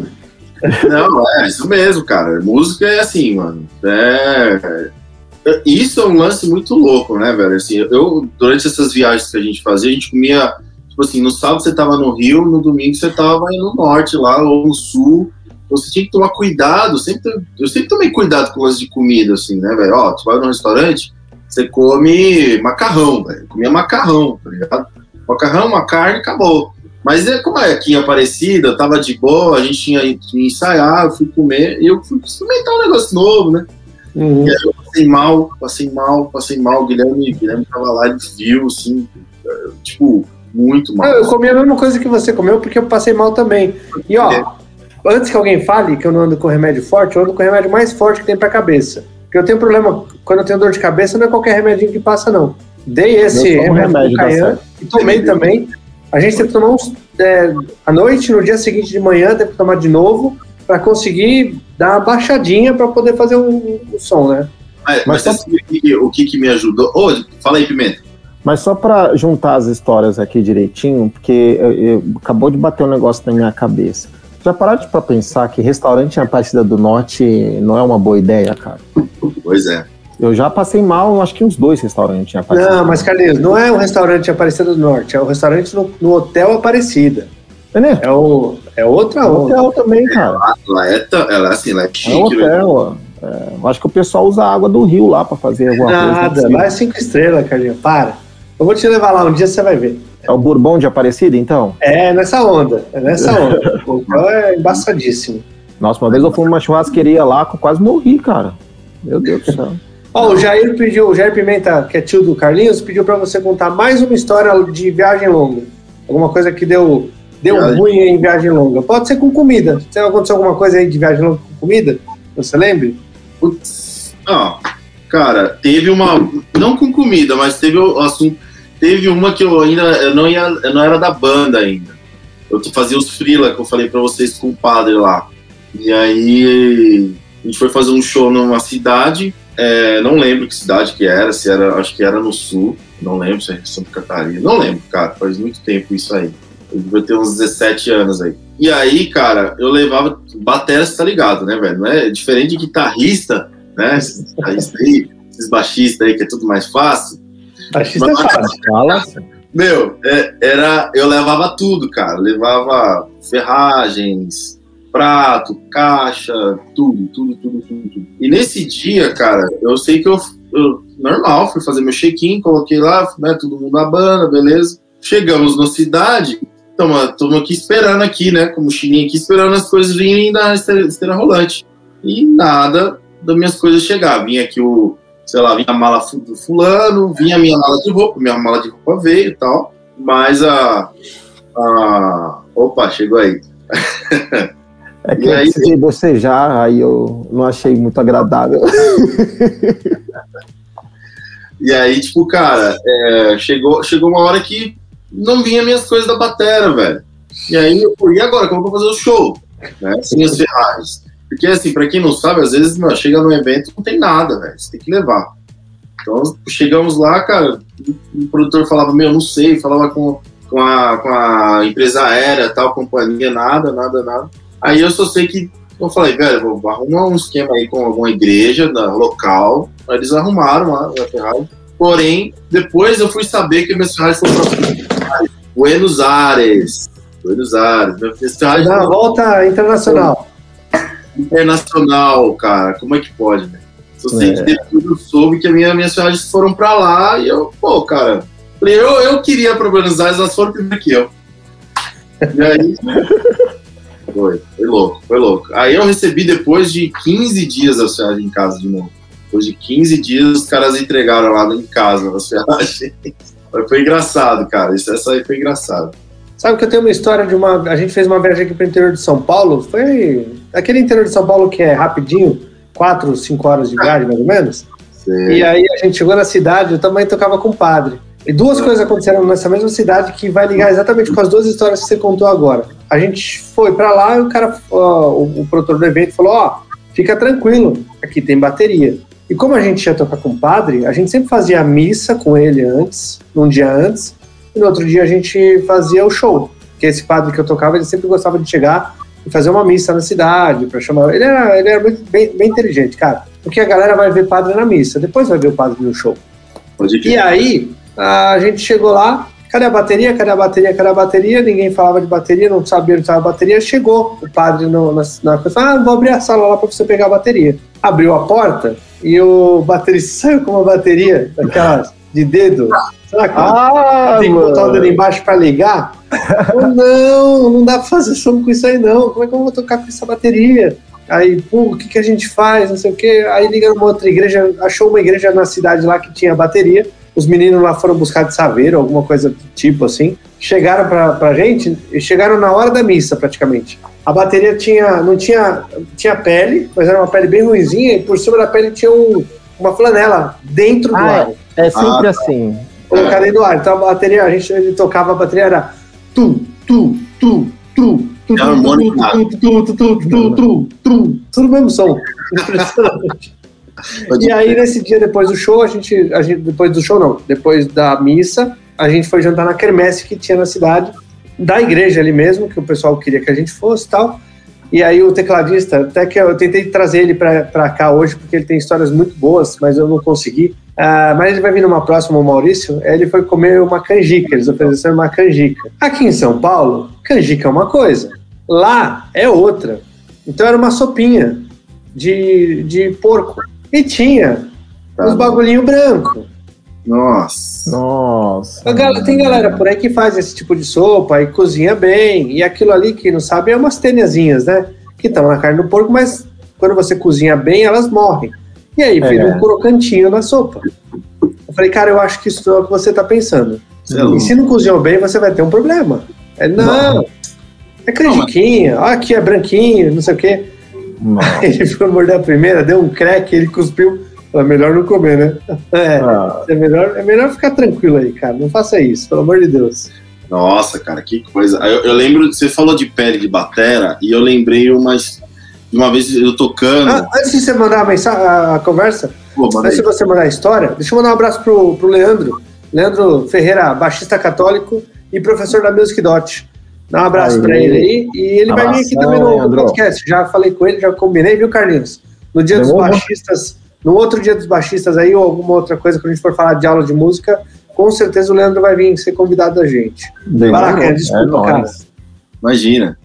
Não, é isso mesmo, cara. Música é assim, mano. É... Isso é um lance muito louco, né, velho? Assim, eu, durante essas viagens que a gente fazia, a gente comia, tipo assim, no sábado você tava no Rio, no domingo você tava aí no norte lá, ou no sul. Você tinha que tomar cuidado, sempre, eu sempre tomei cuidado com o lance de comida, assim, né, velho? Ó, tu vai no restaurante, você come macarrão, velho. Comia macarrão, tá ligado? Macarrão, uma carne, acabou. Mas é como é aqui em Aparecida, eu tava de boa, a gente tinha que ensaiar, eu fui comer, e eu fui experimentar um negócio novo, né? Uhum. E aí eu passei mal, passei mal, passei mal, o Guilherme, o Guilherme tava lá, ele viu, assim, tipo, muito mal. Eu comi a mesma coisa que você comeu, porque eu passei mal também. E ó, é. antes que alguém fale que eu não ando com remédio forte, eu ando com o remédio mais forte que tem pra cabeça. Porque eu tenho problema, quando eu tenho dor de cabeça, não é qualquer remedinho que passa, não. Dei esse remédio Caian, e tomei também. A gente tem que tomar uns, é, à noite, no dia seguinte de manhã, tem que tomar de novo, para conseguir dar uma baixadinha para poder fazer o, o som, né? É, mas mas só... o que, que me ajudou... Oh, fala aí, Pimenta. Mas só para juntar as histórias aqui direitinho, porque eu, eu, acabou de bater um negócio na minha cabeça. Já pararam para pensar que restaurante em Aparecida do Norte não é uma boa ideia, cara? Pois é. Eu já passei mal, acho que uns dois restaurantes em Aparecida. Não, mas Carlinhos, não é um restaurante em Aparecida do Norte, é um restaurante no, no Hotel Aparecida. É, né? É, o, é outra onda. É hotel também, cara. Ela é, ela, assim, ela é chique. É hotel, é, acho que o pessoal usa a água do rio lá pra fazer alguma Nada, coisa. Nada, lá é cinco estrelas, Carlinhos, para. Eu vou te levar lá, um dia você vai ver. É o Bourbon de Aparecida, então? É, nessa onda, é nessa onda. O hotel é embaçadíssimo. Nossa, uma vez eu fui numa churrasqueria lá, que eu quase morri, cara. Meu Deus do céu. Ó, oh, o Jair pediu, o Jair Pimenta, que é tio do Carlinhos, pediu pra você contar mais uma história de viagem longa. Alguma coisa que deu... Deu viagem. ruim em viagem longa. Pode ser com comida. Se aconteceu alguma coisa aí de viagem longa com comida, você lembra? Putz, ah, cara, teve uma... Não com comida, mas teve o assunto... Teve uma que eu ainda... Eu não, ia, eu não era da banda ainda. Eu fazia os freela que eu falei pra vocês com o padre lá. E aí... A gente foi fazer um show numa cidade... É, não lembro que cidade que era, se era... Acho que era no sul. Não lembro se era Santa Catarina. Não lembro, cara. Faz muito tempo isso aí. Eu devia ter uns dezessete anos aí. E aí, cara, eu levava... Batera, você tá ligado, né, velho? Não é diferente de guitarrista, né? Esses guitarristas aí, esses baixistas aí, que é tudo mais fácil. Baixista é fácil. Fala. Meu, é, era... Eu levava tudo, cara. Eu levava ferragens, prato, caixa, tudo, tudo, tudo, tudo, tudo. E nesse dia, cara, eu sei que eu, eu normal, fui fazer meu check-in, coloquei lá, né, todo mundo na banda, beleza. Chegamos na cidade, estamos aqui esperando aqui, né, como chininho aqui, esperando as coisas virem da esteira, esteira rolante. E nada das minhas coisas chegar. Vinha aqui o, sei lá, vinha a mala do fulano, vinha a minha mala de roupa, minha mala de roupa veio e tal, mas a... a opa, chegou aí. É que eu precisei bocejar, aí eu não achei muito agradável. E aí, tipo, cara, é, chegou, chegou uma hora que não vinha minhas coisas da batera, velho. E aí, eu falei, e agora, como eu vou fazer o show? Né? Sem as ferragens. Porque, assim, pra quem não sabe, às vezes, meu, chega no evento não tem nada, velho. Você tem que levar. Então, chegamos lá, cara, o produtor falava, meu, não sei, falava com, com, a, com a empresa aérea, tal, companhia, nada, nada, nada. Aí eu só sei que, eu falei, velho, vou arrumar um esquema aí com alguma igreja da, local. Aí eles arrumaram lá a ferragem. Porém, depois eu fui saber que minhas ferragens foram para Buenos Aires. Buenos Aires. Minhas ferragens na volta internacional. Internacional, cara. Como é que pode, né? Só sei é. que depois eu soube que a minha, minhas ferragens foram para lá e eu, pô, cara, falei, eu, eu queria para Buenos Aires, elas foram primeiro que eu. E aí... Foi, foi louco, foi louco. Aí eu recebi depois de quinze dias a viagem em casa de novo. Depois de quinze dias, os caras entregaram lá em casa a viagem. Foi engraçado, cara. Isso, essa aí foi engraçado. Sabe que eu tenho uma história de uma... A gente fez uma viagem aqui para o interior de São Paulo. Foi aquele interior de São Paulo que é rapidinho, quatro, cinco horas de viagem, mais ou menos. Sim. E aí a gente chegou na cidade, eu também tocava com o padre. E duas coisas aconteceram nessa mesma cidade que vai ligar exatamente com as duas histórias que você contou agora. A gente foi pra lá e o cara, ó, o, o produtor do evento falou, ó, fica tranquilo, aqui tem bateria. E como a gente ia tocar com o padre, a gente sempre fazia a missa com ele antes, num dia antes, e no outro dia a gente fazia o show. Porque esse padre que eu tocava, ele sempre gostava de chegar e fazer uma missa na cidade, pra chamar... Ele era, ele era muito, bem, bem inteligente, cara. Porque a galera vai ver padre na missa, depois vai ver o padre no show. E aí... a gente chegou lá, cadê a bateria, cadê a bateria, cadê a bateria, ninguém falava de bateria, não sabia onde estava a bateria, chegou o padre no, na, na coisa, ah, vou abrir a sala lá para você pegar a bateria. Abriu a porta e o baterista saiu com uma bateria, daquelas de dedo, será que ah, tem que botar o dedo embaixo para ligar? Oh, não, não dá para fazer som com isso aí não, como é que eu vou tocar com essa bateria? Aí, pô, o que, que a gente faz, não sei o que, aí ligaram uma outra igreja, achou uma igreja na cidade lá que tinha bateria. Os meninos lá foram buscar de saveiro, alguma coisa do tipo assim. Chegaram pra, pra gente e chegaram na hora da missa, praticamente. A bateria tinha, não tinha, tinha pele, mas era uma pele bem ruinzinha, e por cima da pele tinha um, uma flanela dentro do ah, ar. É sempre ah, assim. Colocada dentro do ar. Então a bateria, a gente ele tocava a bateria, era tu, tu, tu, tu, tu, tu, tu, tu, tu, tu, tu, tu, tu, tudo mesmo som. Impressionante. E aí, nesse dia, depois do show, a gente, a gente, depois do show não, depois da missa, a gente foi jantar na quermesse que tinha na cidade, da igreja ali mesmo, que o pessoal queria que a gente fosse e tal. E aí o tecladista, até que eu tentei trazer ele pra, pra cá hoje, porque ele tem histórias muito boas, mas eu não consegui. Uh, mas ele vai vir numa próxima, o Maurício, ele foi comer uma canjica, eles ofereceram uma canjica. Aqui em São Paulo, canjica é uma coisa, lá é outra. Então era uma sopinha de, de porco. E tinha tá uns bagulhinho branco. Nossa. Nossa. Galera, tem galera por aí que faz esse tipo de sopa e cozinha bem. E aquilo ali, que não sabe, é umas têniazinhas, né? Que estão na carne do porco, mas quando você cozinha bem, elas morrem. E aí vira é. um crocantinho na sopa. Eu falei, cara, eu acho que isso é o que você tá pensando. Sim. E se não cozinhou bem, você vai ter um problema. É, não, não. é canjiquinha, ó, aqui é branquinho, não sei o quê. Aí ele foi morder a primeira, deu um crack, ele cuspiu. É melhor não comer, né? É, ah. é, melhor, é melhor ficar tranquilo aí, cara. Não faça isso, pelo amor de Deus. Nossa, cara, que coisa. Eu, eu lembro, você falou de pele de batera, e eu lembrei umas, uma vez eu tocando... Ah, antes de você mandar a, mensagem, a, a conversa, Pô, antes de você mandar a história, deixa eu mandar um abraço pro, pro Leandro. Leandro Ferreira, baixista católico e professor da Music Dot. Dá um abraço aí, pra ele aí. E ele abração, vai vir aqui também no, no podcast. Já falei com ele, já combinei, viu, Carlinhos? No dia Demorou. dos baixistas, no outro dia dos baixistas aí, ou alguma outra coisa, quando a gente for falar de aula de música, com certeza o Leandro vai vir ser convidado da gente. Baraca, desculpa, é cara. Imagina.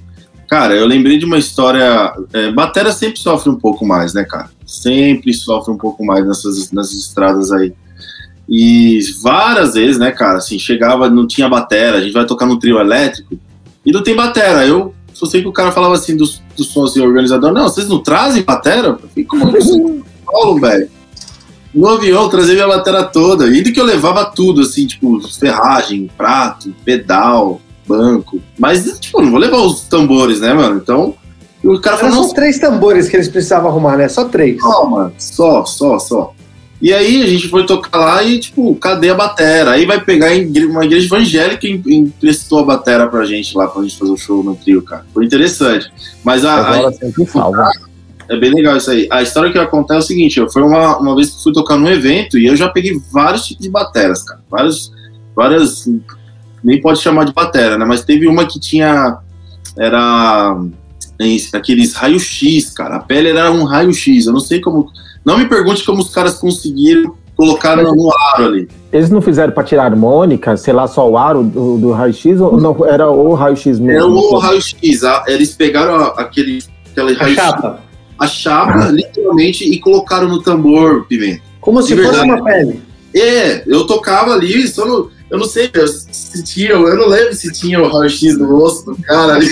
Cara, eu lembrei de uma história... É, batera sempre sofre um pouco mais, né, cara? Sempre sofre um pouco mais nessas, nessas estradas aí. E várias vezes, né, cara, assim, chegava, não tinha batera, a gente vai tocar no trio elétrico e não tem batera. Eu só sei que o cara falava assim dos do som, assim, organizador, não, vocês não trazem batera? Eu falei, como é São Paulo, velho? No avião, eu trazia minha batera toda. E ainda que eu levava tudo, assim, tipo, ferragem, prato, pedal, banco. Mas, tipo, não vou levar os tambores, né, mano? Então, o cara falou... São três tambores que eles precisavam arrumar, né? Só três. Só, mano. Só, só, só. E aí, a gente foi tocar lá e, tipo, cadê a batera? Aí vai pegar uma igreja evangélica e emprestou a batera pra gente lá, pra gente fazer o show no trio, cara. Foi interessante. Mas a... Agora sempre salva. É bem legal isso aí. A história que acontece é o seguinte, eu, foi uma, uma vez que fui tocar num evento e eu já peguei vários tipos de bateras, cara. Vários, várias... Nem pode chamar de batera, né? Mas teve uma que tinha... Era... Aqueles raio-x, cara. A pele era um raio-x. Eu não sei como... Não me pergunte como os caras conseguiram colocar no, no aro ali. Eles não fizeram para tirar harmônica, sei lá, só o aro do, do raio-x? Ou não, era o raio-x mesmo? Era o raio-x. Eles pegaram aquele, aquele raio-x... A chapa. A chapa, literalmente, e colocaram no tambor, Pimenta. Como se fosse uma pele. É, eu tocava ali, só no, eu não sei se tinha, eu não lembro se tinha o raio-x no rosto do cara ali.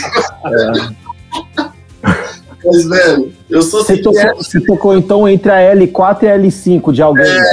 É. Mas, velho, eu sou você tocou, é... você tocou, então, entre a L quatro e a L cinco de alguém, é.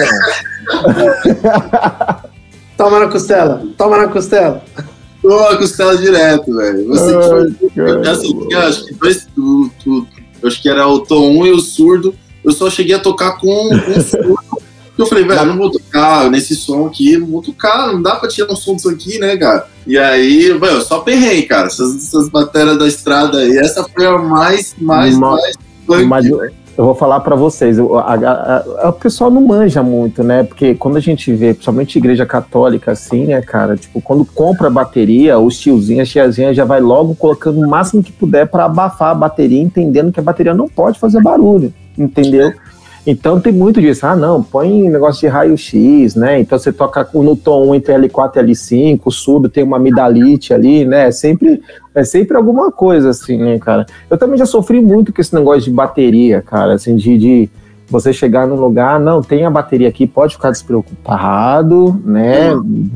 Então. Toma na costela, toma na costela. Toma na costela direto, velho. Você Ai, foi, assim, eu acho que dois, tu, tu, eu acho que era o tom um e o surdo. Eu só cheguei a tocar com, com o surdo. Eu falei, velho, eu não vou tocar nesse som aqui, não vou tocar, não dá pra tirar um som disso aqui, né, cara? E aí, velho, eu só perrei, cara, essas, essas baterias da estrada aí. Essa foi a mais, mais, Mas, mais... Mas eu, eu vou falar pra vocês, a, a, a, o pessoal não manja muito, né? Porque quando a gente vê, principalmente igreja católica, assim, né, cara? Tipo, quando compra a bateria, os tiozinhos, as tiazinhas já vai logo colocando o máximo que puder pra abafar a bateria, entendendo que a bateria não pode fazer barulho, entendeu? Então tem muito disso, ah não, põe negócio de raio-x, né, então você toca no tom um entre L quatro e L cinco, o surdo tem uma amidalite ali, né, é sempre, é sempre alguma coisa assim, né, cara. Eu também já sofri muito com esse negócio de bateria, cara, assim, de, de você chegar num lugar, não, tem a bateria aqui, pode ficar despreocupado, né,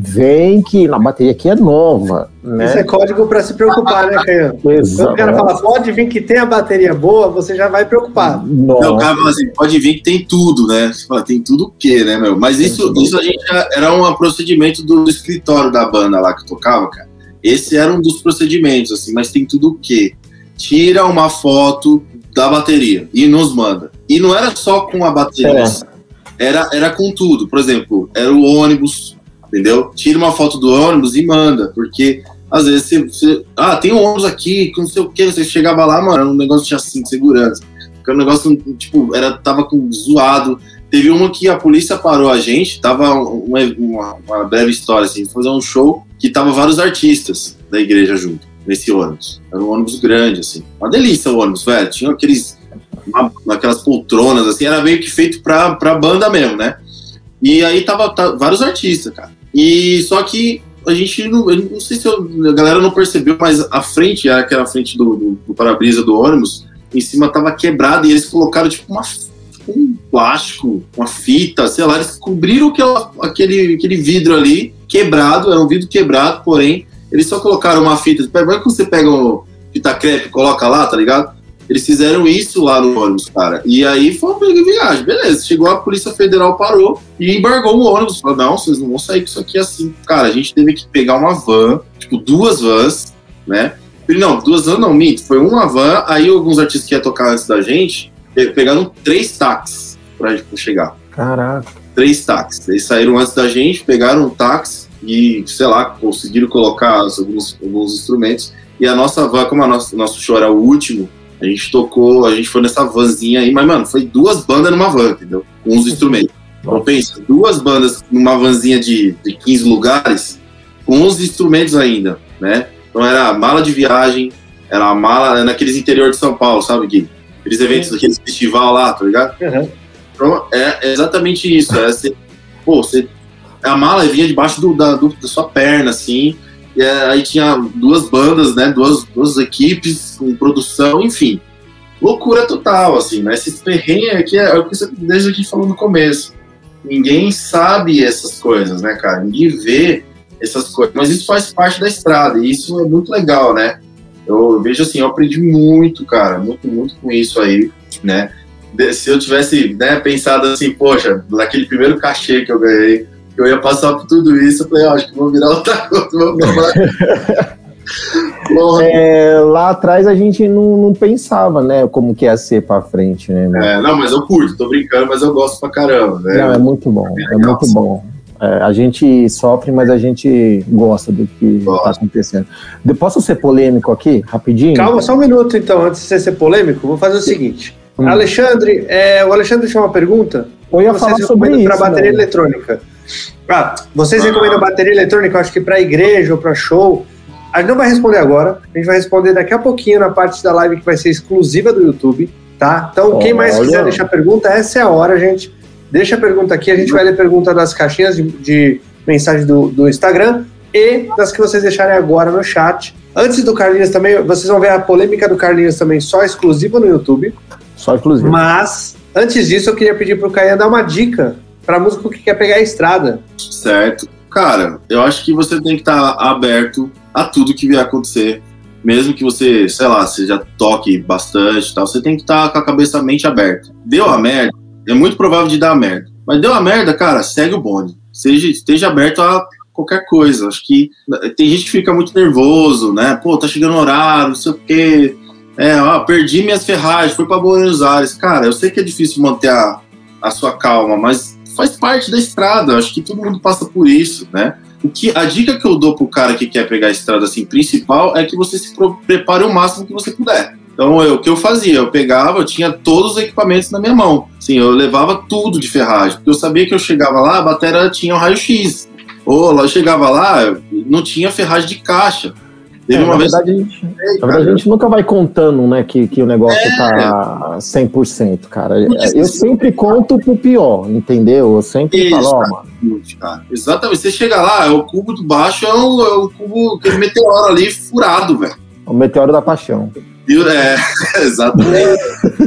vem que a bateria aqui é nova, né. Isso é código para se preocupar, né, Caian? Quando o cara fala, pode vir que tem a bateria boa, você já vai preocupado. Não, o cara fala assim, pode vir que tem tudo, né, você fala, tem tudo o quê, né, meu? Mas isso, isso a gente já, era um procedimento do escritório da banda lá que tocava, cara. Esse era um dos procedimentos, assim, mas tem tudo o quê? Tira uma foto da bateria e nos manda. E não era só com a bateria, é. era, era com tudo. Por exemplo, era o ônibus, entendeu? Tira uma foto do ônibus e manda, porque às vezes você, você ah, tem um ônibus aqui, que não sei o que, você chegava lá, mano, era um negócio de chassi de segurança. Porque o negócio, tipo, era, tava com, zoado. Teve uma que a polícia parou a gente, tava uma, uma, uma breve história, assim, fazer um show que tava vários artistas da igreja junto, nesse ônibus. Era um ônibus grande, assim. Uma delícia o ônibus, velho. Tinha aqueles, uma, aquelas poltronas, assim, era meio que feito pra, pra banda mesmo, né? E aí tava, tava vários artistas, cara. E só que a gente, não, eu não sei se eu, a galera não percebeu, mas a frente, aquela frente do, do, do para-brisa do ônibus, em cima tava quebrada e eles colocaram, tipo, uma... um plástico, uma fita, sei lá, eles cobriram aquela, aquele, aquele vidro ali, quebrado, era um vidro quebrado, porém, eles só colocaram uma fita, como você pega um fita crepe e coloca lá, tá ligado? Eles fizeram isso lá no ônibus, cara, e aí foi uma viagem, beleza, chegou a Polícia Federal, parou e embargou o ônibus, falou, não, vocês não vão sair com isso aqui assim, cara, a gente teve que pegar uma van, tipo, duas vans, né, não, duas vans não, minto, foi uma van, aí alguns artistas que iam tocar antes da gente, pegaram três táxis pra gente chegar. Caraca. Três táxis. Eles saíram antes da gente, pegaram um táxi e, sei lá, conseguiram colocar alguns, alguns instrumentos. E a nossa van, como o nosso, nosso show era o último, a gente tocou, a gente foi nessa vanzinha aí, mas, mano, foi duas bandas numa van, entendeu? Com os instrumentos. Então, pensa, duas bandas numa vanzinha de, de quinze lugares, com os instrumentos ainda, né? Então era a mala de viagem, era a mala naqueles interior de São Paulo, sabe, Gui? Aqueles eventos, aqueles festival lá, tá ligado? Uhum. Então, é exatamente isso. É você, pô, você, a mala vinha debaixo do, da, do, da sua perna, assim, E aí tinha duas bandas, né? Duas, duas equipes com produção, enfim. Loucura total, assim, né? Esses perrengues aqui é o que você desde que falou no começo. Ninguém sabe essas coisas, né, cara? Ninguém vê essas coisas. Mas isso faz parte da estrada, e isso é muito legal, né? Eu vejo assim, eu aprendi muito, cara, muito, muito com isso aí, né? Se eu tivesse, né, pensado assim, poxa, naquele primeiro cachê que eu ganhei, eu ia passar por tudo isso, eu falei, ó, acho que vou virar outra coisa, vou trabalhar. É, lá atrás a gente não, não pensava, né, como que ia ser pra frente, né? É, não, mas eu curto, tô brincando, mas eu gosto pra caramba, né? Não, é muito bom, é, é muito bom. É, a gente sofre, mas a gente gosta do que está acontecendo. Posso ser polêmico aqui, rapidinho? Calma, só um minuto então, antes de você ser polêmico, vou fazer o seguinte. Hum. Alexandre, é, o Alexandre deixou uma pergunta. Eu ia falar sobre isso. Para bateria não. eletrônica. Ah, vocês ah. recomendam bateria eletrônica, eu acho que para igreja ou para show. A gente não vai responder agora, a gente vai responder daqui a pouquinho na parte da live que vai ser exclusiva do YouTube, tá? Então, oh, quem mais olha. quiser deixar pergunta, essa é a hora, gente. Deixa a pergunta aqui, a gente vai ler pergunta das caixinhas de, de mensagem do, do Instagram e das que vocês deixarem agora no chat. Antes do Carlinhos também, vocês vão ver a polêmica do Carlinhos também só exclusiva no YouTube. Só exclusiva. Mas, antes disso, eu queria pedir pro Caian dar uma dica para músico que quer pegar a estrada. Certo. Cara, eu acho que você tem que estar aberto a tudo que vier acontecer. Mesmo que você, sei lá, você já toque bastante e tal, você tem que estar com a cabeça, a mente aberta. Deu a merda, é muito provável de dar a merda. Mas deu a merda, cara, segue o bonde. Seja, esteja aberto a qualquer coisa. Acho que tem gente que fica muito nervoso, né? Pô, tá chegando o horário, não sei o quê. É, ó, perdi minhas ferragens, fui pra Buenos Aires. Cara, eu sei que é difícil manter a, a sua calma, mas faz parte da estrada. Acho que todo mundo passa por isso, né? O que, a dica que eu dou pro cara que quer pegar a estrada assim, principal é que você se prepare o máximo que você puder. Então, eu, o que eu fazia? Eu pegava, eu tinha todos os equipamentos na minha mão. Sim, eu levava tudo de ferragem, porque eu sabia que eu chegava lá, a bateria tinha um raio-x. Ou eu chegava lá, não tinha ferragem de caixa. Teve é, uma na, vez... verdade, a gente, Ei, na verdade, a gente nunca vai contando, né, que, que o negócio é. tá cem por cento, cara. Eu sempre conto pro pior, entendeu? Eu sempre falo, ó, mano. Cara. Exatamente. Você chega lá, o cubo do baixo é o, é o cubo, aquele meteoro ali furado, velho. O meteoro da paixão. É, exatamente.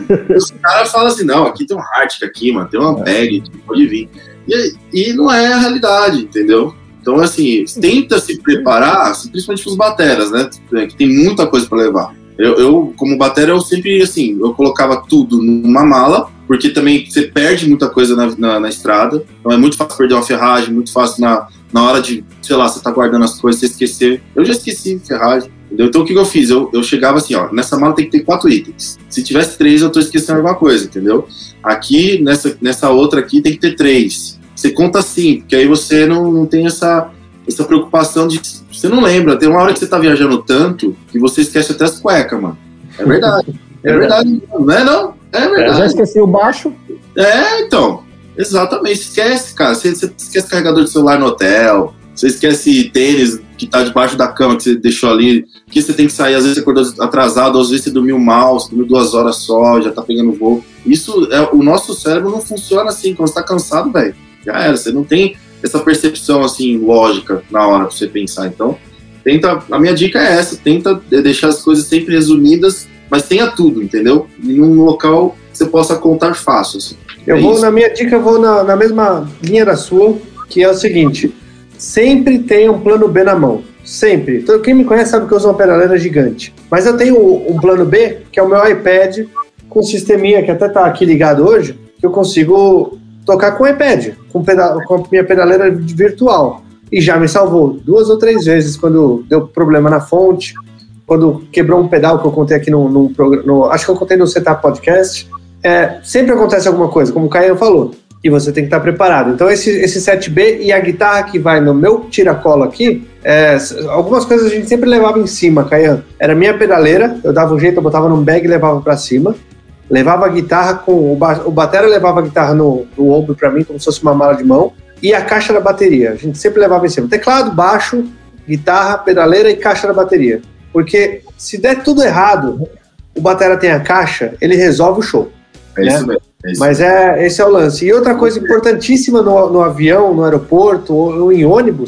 Os caras falam assim, não, aqui tem um Hartic aqui, mano, tem uma bag, pode vir. E, e não é a realidade, entendeu? Então, assim, tenta se preparar, principalmente para os bateras, né? Que tem muita coisa para levar. Eu, eu, como batera, eu sempre, assim, eu colocava tudo numa mala, porque também você perde muita coisa na, na, na estrada. Então é muito fácil perder uma ferragem, muito fácil na, na hora de, sei lá, você tá guardando as coisas, você esquecer. Eu já esqueci ferragem, entendeu? Então o que, que eu fiz? Eu, eu chegava assim, ó, nessa mala tem que ter quatro itens. Se tivesse três, eu tô esquecendo alguma coisa, entendeu? Aqui, nessa, nessa outra aqui, tem que ter três. Você conta assim, porque aí você não, não tem essa, essa preocupação de... Você não lembra, tem uma hora que você tá viajando tanto que você esquece até as cuecas, mano. É verdade. É verdade. Não é não? É verdade. Eu já esqueci o baixo. É, então. Exatamente. Esquece, cara. Você, você esquece carregador de celular no hotel. Você esquece tênis que tá debaixo da cama que você deixou ali. Que você tem que sair. Às vezes você acordou atrasado, às vezes você dormiu mal, você dormiu duas horas só, já tá pegando voo. Isso, é, o nosso cérebro não funciona assim. Quando você tá cansado, velho, já era. Você não tem essa percepção, assim, lógica na hora pra você pensar. Então, tenta... A minha dica é essa. Tenta deixar as coisas sempre resumidas, mas tenha tudo, entendeu? E num local que você possa contar fácil, assim. Eu é vou, isso. na minha dica, eu vou na, na mesma linha da sua, que é o seguinte: sempre tenha um plano B na mão. Sempre. Então, quem me conhece sabe que eu uso uma pedaleira gigante. Mas eu tenho um plano B, que é o meu iPad, com um sisteminha que até tá aqui ligado hoje, que eu consigo tocar com o iPad, com, pedal, com a minha pedaleira virtual. E já me salvou duas ou três vezes quando deu problema na fonte, quando quebrou um pedal que eu contei aqui no, no, no acho que eu contei no Setup Podcast. É, sempre acontece alguma coisa, como o Caian falou, e você tem que estar preparado. Então esse, esse sete B e a guitarra que vai no meu tira-cola aqui, é, algumas coisas a gente sempre levava em cima, Caian. Era minha pedaleira, eu dava um jeito, eu botava num bag e levava pra cima. Levava a guitarra com... O, ba, o batera levava a guitarra no, no ombro pra mim, como se fosse uma mala de mão. E a caixa da bateria, a gente sempre levava em cima. Teclado, baixo, guitarra, pedaleira e caixa da bateria. Porque se der tudo errado, o batera tem a caixa, ele resolve o show. É né? isso mesmo. É isso. Mas é, esse é o lance. E outra coisa importantíssima no, no avião, no aeroporto ou, ou em ônibus,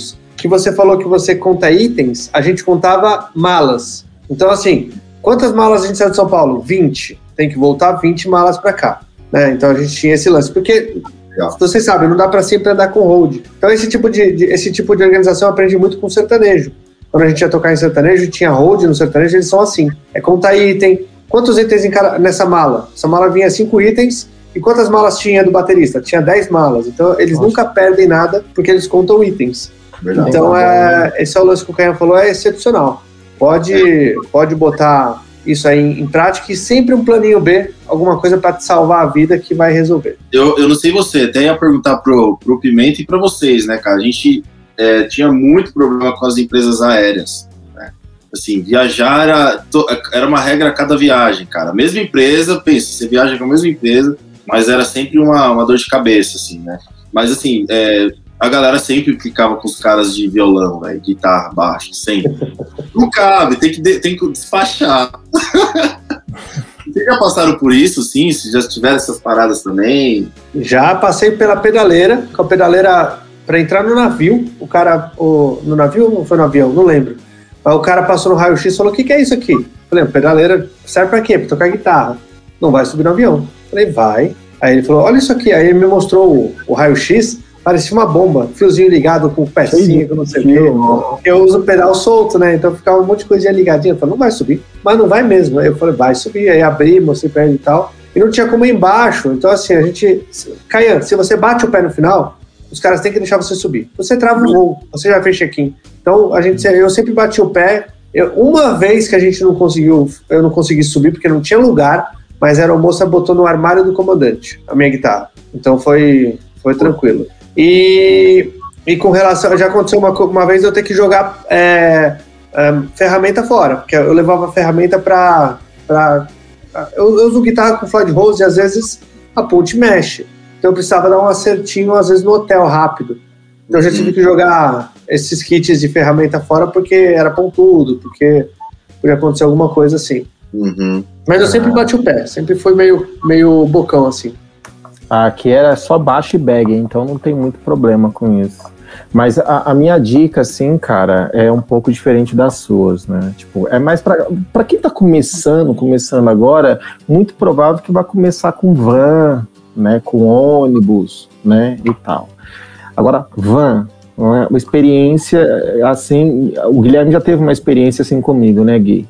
que você falou que você conta itens, a gente contava malas. Então, assim, quantas malas a gente saiu de São Paulo? vinte. Tem que voltar vinte malas para cá. Né? Então, a gente tinha esse lance. Porque, você sabe, não dá para sempre andar com hold. Então, esse tipo de, de, esse tipo de organização eu aprendi muito com sertanejo. Quando a gente ia tocar em sertanejo, tinha hold no sertanejo, eles são assim. É contar item. Quantos itens em cada, nessa mala? Essa mala vinha cinco itens. E quantas malas tinha do baterista? Tinha dez malas. Então, eles Nossa. nunca perdem nada, porque eles contam itens. Verdade. Então, é, esse é o lance que o Caian falou, é excepcional. Pode, é. pode botar isso aí em, em prática e sempre um planinho B, alguma coisa para te salvar a vida que vai resolver. Eu, eu não sei você, até ia perguntar pro, pro Pimenta e para vocês, né, cara? A gente é, tinha muito problema com as empresas aéreas. Assim, viajar era, era uma regra a cada viagem, cara. A mesma empresa, pensa, você viaja com a mesma empresa, mas era sempre uma, uma dor de cabeça, assim, né? Mas, assim, é, a galera sempre ficava com os caras de violão, né? Guitarra, baixo, sempre. Não cabe, tem que, tem que despachar. Vocês já passaram por isso, sim? Se já tiveram essas paradas também? Já passei pela pedaleira, com a pedaleira para entrar no navio. O cara, o, no navio ou foi no avião? Não lembro. Aí o cara passou no raio-x e falou, o que, que é isso aqui? Falei, pedaleira serve pra quê? Pra tocar guitarra. Não vai subir no avião. Falei, vai. Aí ele falou, olha isso aqui. Aí ele me mostrou o, o raio-x, parecia uma bomba, fiozinho ligado com pecinha, que não sei o quê. Eu uso pedal solto, né? Então ficava um monte de coisinha ligadinha. Eu falei, não vai subir. Mas não vai mesmo. Aí eu falei, vai subir. Aí abri, mostrei pra ele e tal. E não tinha como ir embaixo. Então assim, a gente... Caian, se você bate o pé no final, os caras têm que deixar você subir. Você trava o voo, você já fez check-in. Então, a gente, eu sempre bati o pé. Eu, uma vez que a gente não conseguiu, eu não consegui subir porque não tinha lugar, mas a aeromoça botou no armário do comandante a minha guitarra. Então foi, foi tranquilo. E, e com relação, já aconteceu uma, uma vez eu ter que jogar é, é, ferramenta fora, porque eu levava ferramenta para... Eu, eu uso guitarra com flat hose e às vezes a ponte mexe. Então eu precisava dar um acertinho, às vezes, no hotel rápido. Então eu já tive que jogar esses kits de ferramenta fora porque era pontudo, porque podia acontecer alguma coisa assim. Uhum. Mas eu sempre bati o pé, sempre foi meio, meio bocão assim. Aqui era só baixo e bag, então não tem muito problema com isso. Mas a, a minha dica, assim, cara, é um pouco diferente das suas, né? Tipo, é mais pra, pra quem tá começando, começando agora, muito provável que vai começar com van, né? Com ônibus, né? E tal. Agora, van, uma experiência assim, o Guilherme já teve uma experiência assim comigo, né, Gui?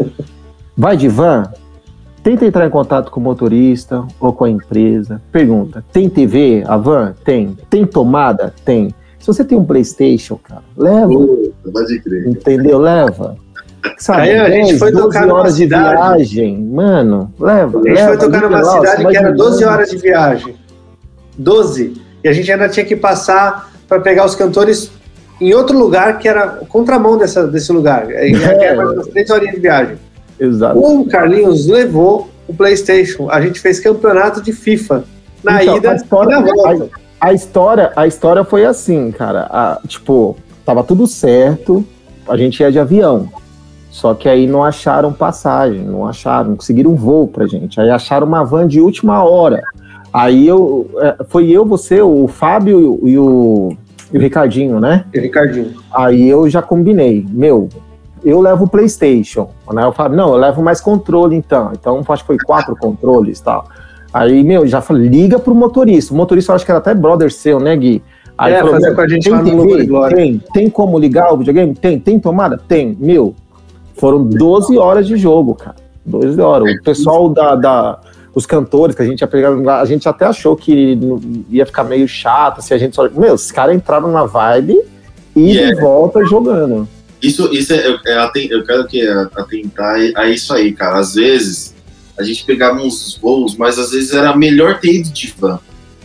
Vai de van, tenta entrar em contato com o motorista ou com a empresa, pergunta, tem T V a van? Tem. Tem tomada? Tem. Se você tem um PlayStation, cara, leva. Uh, pode crer. Entendeu? Leva. Sabe, aí a gente foi tocar numa horas cidade, de viagem, mano, leva. A gente leva, foi tocar numa lá, cidade que era doze horas de viagem. doze. E a gente ainda tinha que passar para pegar os cantores em outro lugar que era contramão dessa, desse lugar. Aí era mais umas três horinhas de viagem. Exato. O Carlinhos levou o PlayStation. A gente fez campeonato de FIFA na então, ida a história, e na volta. A, a, história, a história foi assim, cara. A, tipo, tava tudo certo, a gente ia de avião. Só que aí não acharam passagem, não acharam, não conseguiram um voo pra gente. Aí acharam uma van de última hora. Aí eu, foi eu, você, o Fábio e o, e o Ricardinho, né? E o Ricardinho. Aí eu já combinei, meu, eu levo o PlayStation, né? O Fábio, não, eu levo mais controle então. Então acho que foi quatro controles e tal. Aí, meu, já falei, liga pro motorista. O motorista eu acho que era até brother seu, né, Gui? Aí é, falou, fazer com a gente tem lá no T V? Glória. Tem. Tem como ligar o videogame? Tem. Tem tomada? Tem. Meu, foram doze horas de jogo, cara. doze horas. O pessoal da... da os cantores que a gente ia pegar, a gente até achou que ia ficar meio chato se a gente só... Meu, os caras entraram na vibe e yeah. de volta jogando. Isso, isso é, é, eu quero que atentar a isso aí, cara. Às vezes a gente pegava uns voos, mas às vezes era melhor ter ido de van.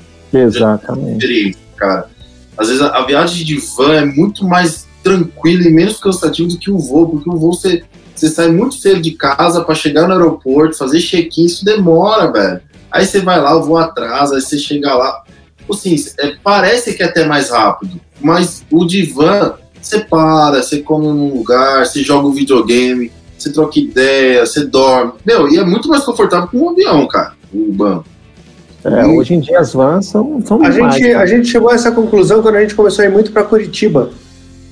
Exatamente. Cara. Às vezes a, a viagem de van é muito mais tranquila e menos cansativa do que o voo, porque o voo você... Você sai muito cedo de casa pra chegar no aeroporto, fazer check-in, isso demora, velho. Aí você vai lá, eu vou atrás, aí você chega lá. Assim, é, parece que é até mais rápido, mas o divã, você para, você come num lugar, você joga um videogame, você troca ideia, você dorme. Meu, e é muito mais confortável que um avião, cara, o banco. É, e hoje em dia as vans são, são a demais, gente cara. A gente chegou a essa conclusão quando a gente começou a ir muito pra Curitiba.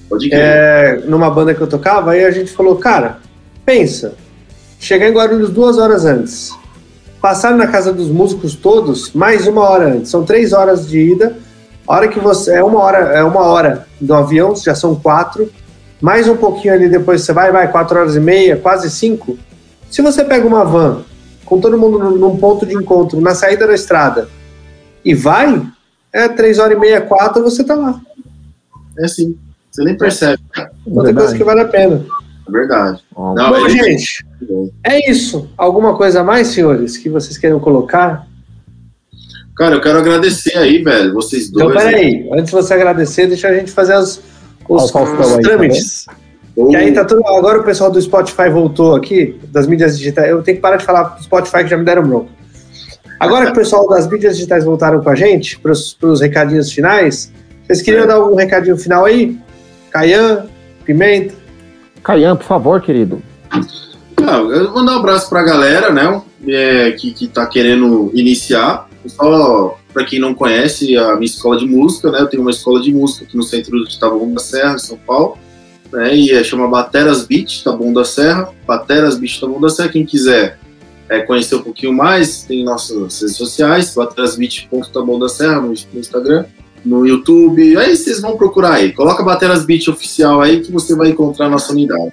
Pode crer. É, numa banda que eu tocava, aí a gente falou, cara, pensa, chegar em Guarulhos duas horas antes, passar na casa dos músicos todos, mais uma hora antes, são três horas de ida, a hora que você, é uma hora, é uma hora do avião, já são quatro, mais um pouquinho ali depois você vai, vai, quatro horas e meia, quase cinco. Se você pega uma van, com todo mundo num ponto de encontro, na saída da estrada, e vai, é três horas e meia, quatro, você tá lá. É assim, você nem percebe, cara. Outra coisa que vale a pena. É verdade. Não, Bom, é gente, é isso. Alguma coisa a mais, senhores, que vocês queiram colocar? Cara, eu quero agradecer aí, velho, vocês dois. Então, peraí, antes de você agradecer, deixa a gente fazer as, os, ah, os trâmites. Tá, e aí tá tudo. Agora o pessoal do Spotify voltou aqui, das mídias digitais. Eu tenho que parar de falar pro Spotify que já me deram bronca. Agora que o pessoal das mídias digitais voltaram com a gente, pros, pros recadinhos finais, vocês queriam é. dar algum recadinho final aí? Caian, Pimenta? Caian, por favor, querido. Não, eu vou mandar um abraço pra galera, né, é, que, que tá querendo iniciar. Só para quem não conhece a minha escola de música, né? Eu tenho uma escola de música aqui no centro de Taboão da Serra, em São Paulo, né? E é, chama Bateras Beat, Taboão da Serra. Bateras Beat, Taboão da Serra. Quem quiser é, conhecer um pouquinho mais, tem nossas redes sociais, baterasbeat ponto taboão da serra no, no Instagram, no YouTube. Aí vocês vão procurar aí. Coloca Bateras Beat oficial aí que você vai encontrar a nossa unidade.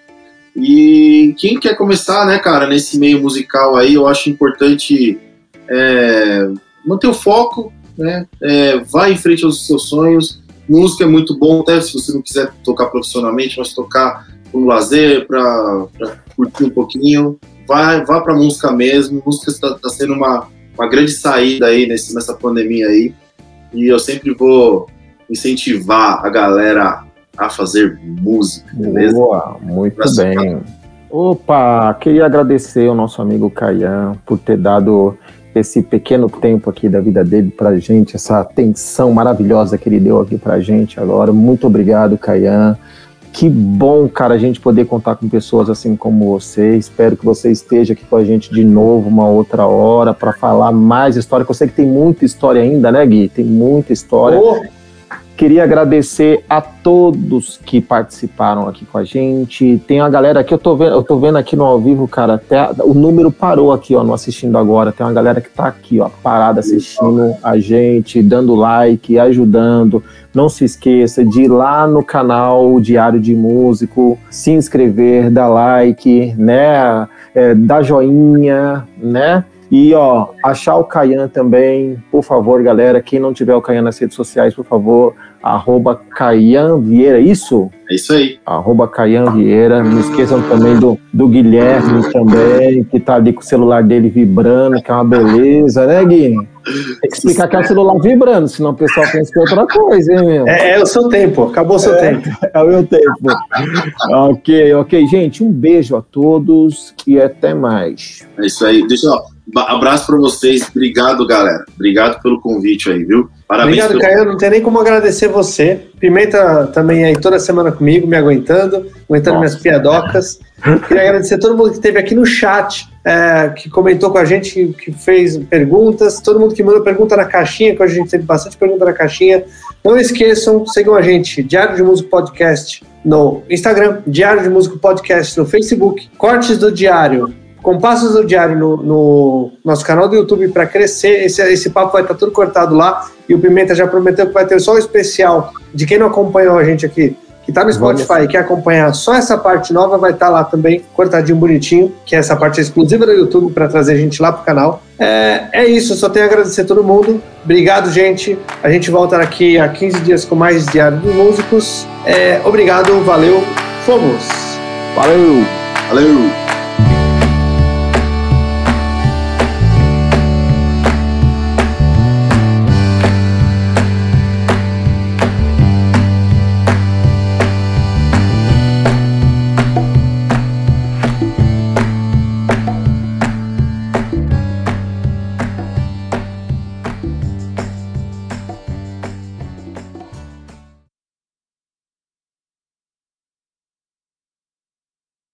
E quem quer começar, né, cara, nesse meio musical aí, eu acho importante é, manter o foco, né? É, vai em frente aos seus sonhos. Música é muito bom, até se você não quiser tocar profissionalmente, mas tocar por lazer, para curtir um pouquinho. Vai, vá para música mesmo. Música está tá sendo uma, uma grande saída aí nesse, nessa pandemia aí. E eu sempre vou incentivar a galera a fazer música, beleza? Boa, muito pra bem. Ficar. Opa, queria agradecer ao nosso amigo Caian por ter dado esse pequeno tempo aqui da vida dele pra gente, essa atenção maravilhosa que ele deu aqui pra gente agora. Muito obrigado, Caian. Que bom, cara, a gente poder contar com pessoas assim como você. Espero que você esteja aqui com a gente de novo uma outra hora para falar mais história, que eu sei que tem muita história ainda, né, Gui? Tem muita história. Oh. Queria agradecer a todos que participaram aqui com a gente. Tem a galera aqui, eu tô vendo, eu tô vendo aqui no ao vivo, cara, até a, o número parou aqui, ó, no assistindo agora. Tem uma galera que tá aqui, ó, parada assistindo a gente, dando like, ajudando. Não se esqueça de ir lá no canal Diário de Músico, se inscrever, dar like, né, é, dar joinha, né? E, ó, achar o Caian também, por favor, galera, quem não tiver o Caian nas redes sociais, por favor, arroba Caian Vieira, isso? É isso aí. Arroba Caian Vieira, não esqueçam também do, do Guilherme também, que tá ali com o celular dele vibrando, que é uma beleza, né, Gui? Tem que explicar que é o celular vibrando, senão o pessoal pensa que é outra coisa, hein, meu? É, é o seu tempo, acabou o seu é, tempo. É o meu tempo. Ok, ok, gente, um beijo a todos e até mais. É isso aí, deixa eu... Abraço pra vocês, obrigado, galera. Obrigado pelo convite aí, viu? Parabéns. Obrigado, pelo... Caian, não tem nem como agradecer você. Pimenta também aí toda semana comigo, me aguentando, aguentando Nossa. minhas piadocas. Queria agradecer a todo mundo que esteve aqui no chat, é, que comentou com a gente, que fez perguntas, todo mundo que mandou pergunta na caixinha, que hoje a gente teve bastante pergunta na caixinha. Não esqueçam, sigam a gente, Diário de Músico Podcast no Instagram, Diário de Músico Podcast no Facebook, Cortes do Diário, Compassos do Diário no, no nosso canal do YouTube para crescer. Esse, esse papo vai estar tudo cortado lá. E o Pimenta já prometeu que vai ter só o especial de quem não acompanhou a gente aqui, que está no Spotify e quer acompanhar só essa parte nova, vai estar lá também, cortadinho, bonitinho, que é essa parte exclusiva do YouTube para trazer a gente lá pro canal. É, é isso, só tenho a agradecer a todo mundo. Obrigado, gente. A gente volta aqui a quinze dias com mais Diário dos Músicos. É, obrigado, valeu, fomos! Valeu! Valeu!